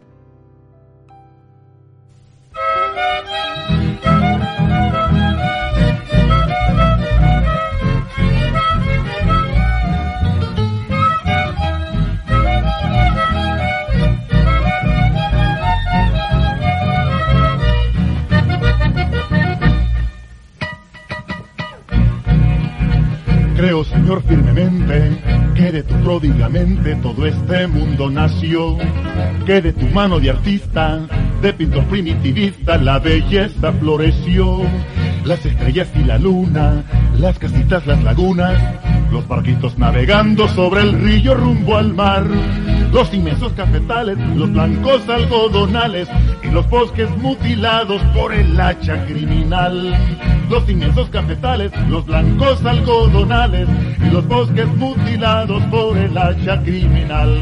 Creo, Señor, firmemente que de tu pródigamente todo este mundo nació, que de tu mano de artista, de pintor primitivista, la belleza floreció. Las estrellas y la luna, las casitas, las lagunas, los barquitos navegando sobre el río rumbo al mar, los inmensos cafetales, los blancos algodonales y los bosques mutilados por el hacha criminal. Los inmensos cafetales, los blancos algodonales y los bosques mutilados por el hacha criminal.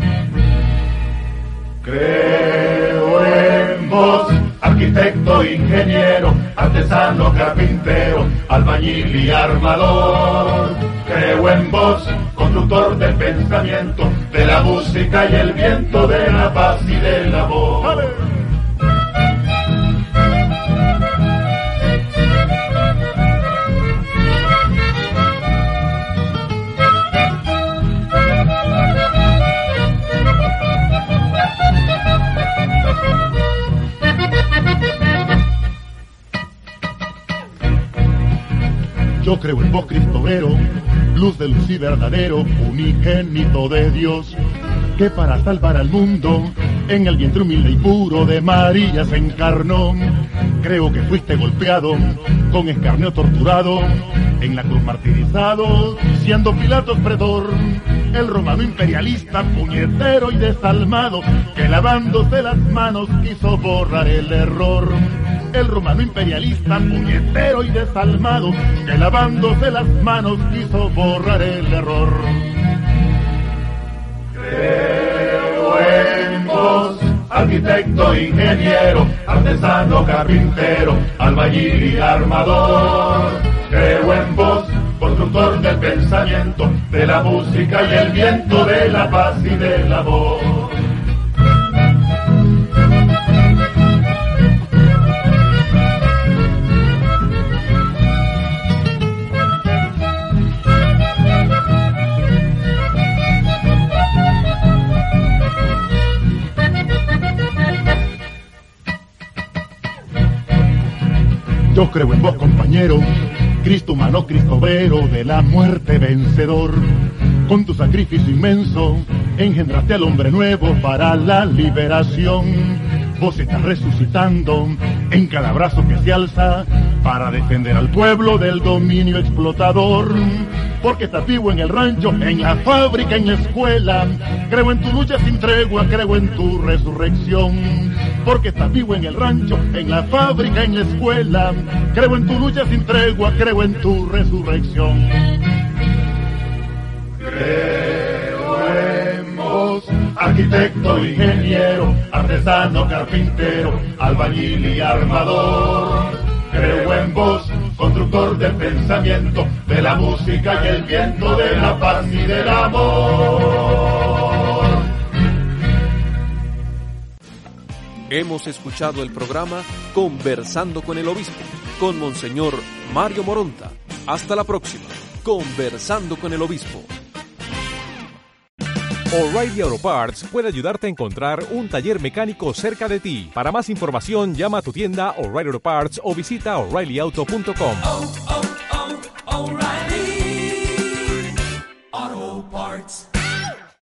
Creo en vos, arquitecto, ingeniero, artesano, carpintero, albañil y armador. Creo en vos, constructor del pensamiento, de la música y el viento, de la paz y del amor. ¡Ale! Yo creo en vos, Cristo obrero, luz de luz y verdadero, unigénito de Dios, que para salvar al mundo, en el vientre humilde y puro de María se encarnó. Creo que fuiste golpeado, con escarnio torturado, en la cruz martirizado, siendo Pilatos pretor, el romano imperialista, puñetero y desalmado, que lavándose las manos quiso borrar el error. El romano imperialista, puñetero y desalmado, que lavándose las manos quiso borrar el error. Creo en vos, arquitecto, ingeniero, artesano, carpintero, albañil y armador. Creo en vos, constructor del pensamiento, de la música y el viento, de la paz y del amor. Yo creo en vos, compañero, Cristo humano, Cristo obrero, de la muerte vencedor. Con tu sacrificio inmenso, engendraste al hombre nuevo para la liberación. Vos estás resucitando en cada brazo que se alza para defender al pueblo del dominio explotador. Porque estás vivo en el rancho, en la fábrica, en la escuela. Creo en tu lucha sin tregua, creo en tu resurrección. Porque estás vivo en el rancho, en la fábrica, en la escuela. Creo en tu lucha sin tregua, creo en tu resurrección. Creo en vos, arquitecto, ingeniero, artesano, carpintero, albañil y armador. Creo en vos, constructor del pensamiento, de la música y el viento, de la paz y del amor. Hemos escuchado el programa Conversando con el Obispo, con Monseñor Mario Moronta. Hasta la próxima, Conversando con el Obispo. O'Reilly Auto Parts puede ayudarte a encontrar un taller mecánico cerca de ti. Para más información, llama a tu tienda O'Reilly Auto Parts o visita O'ReillyAuto.com.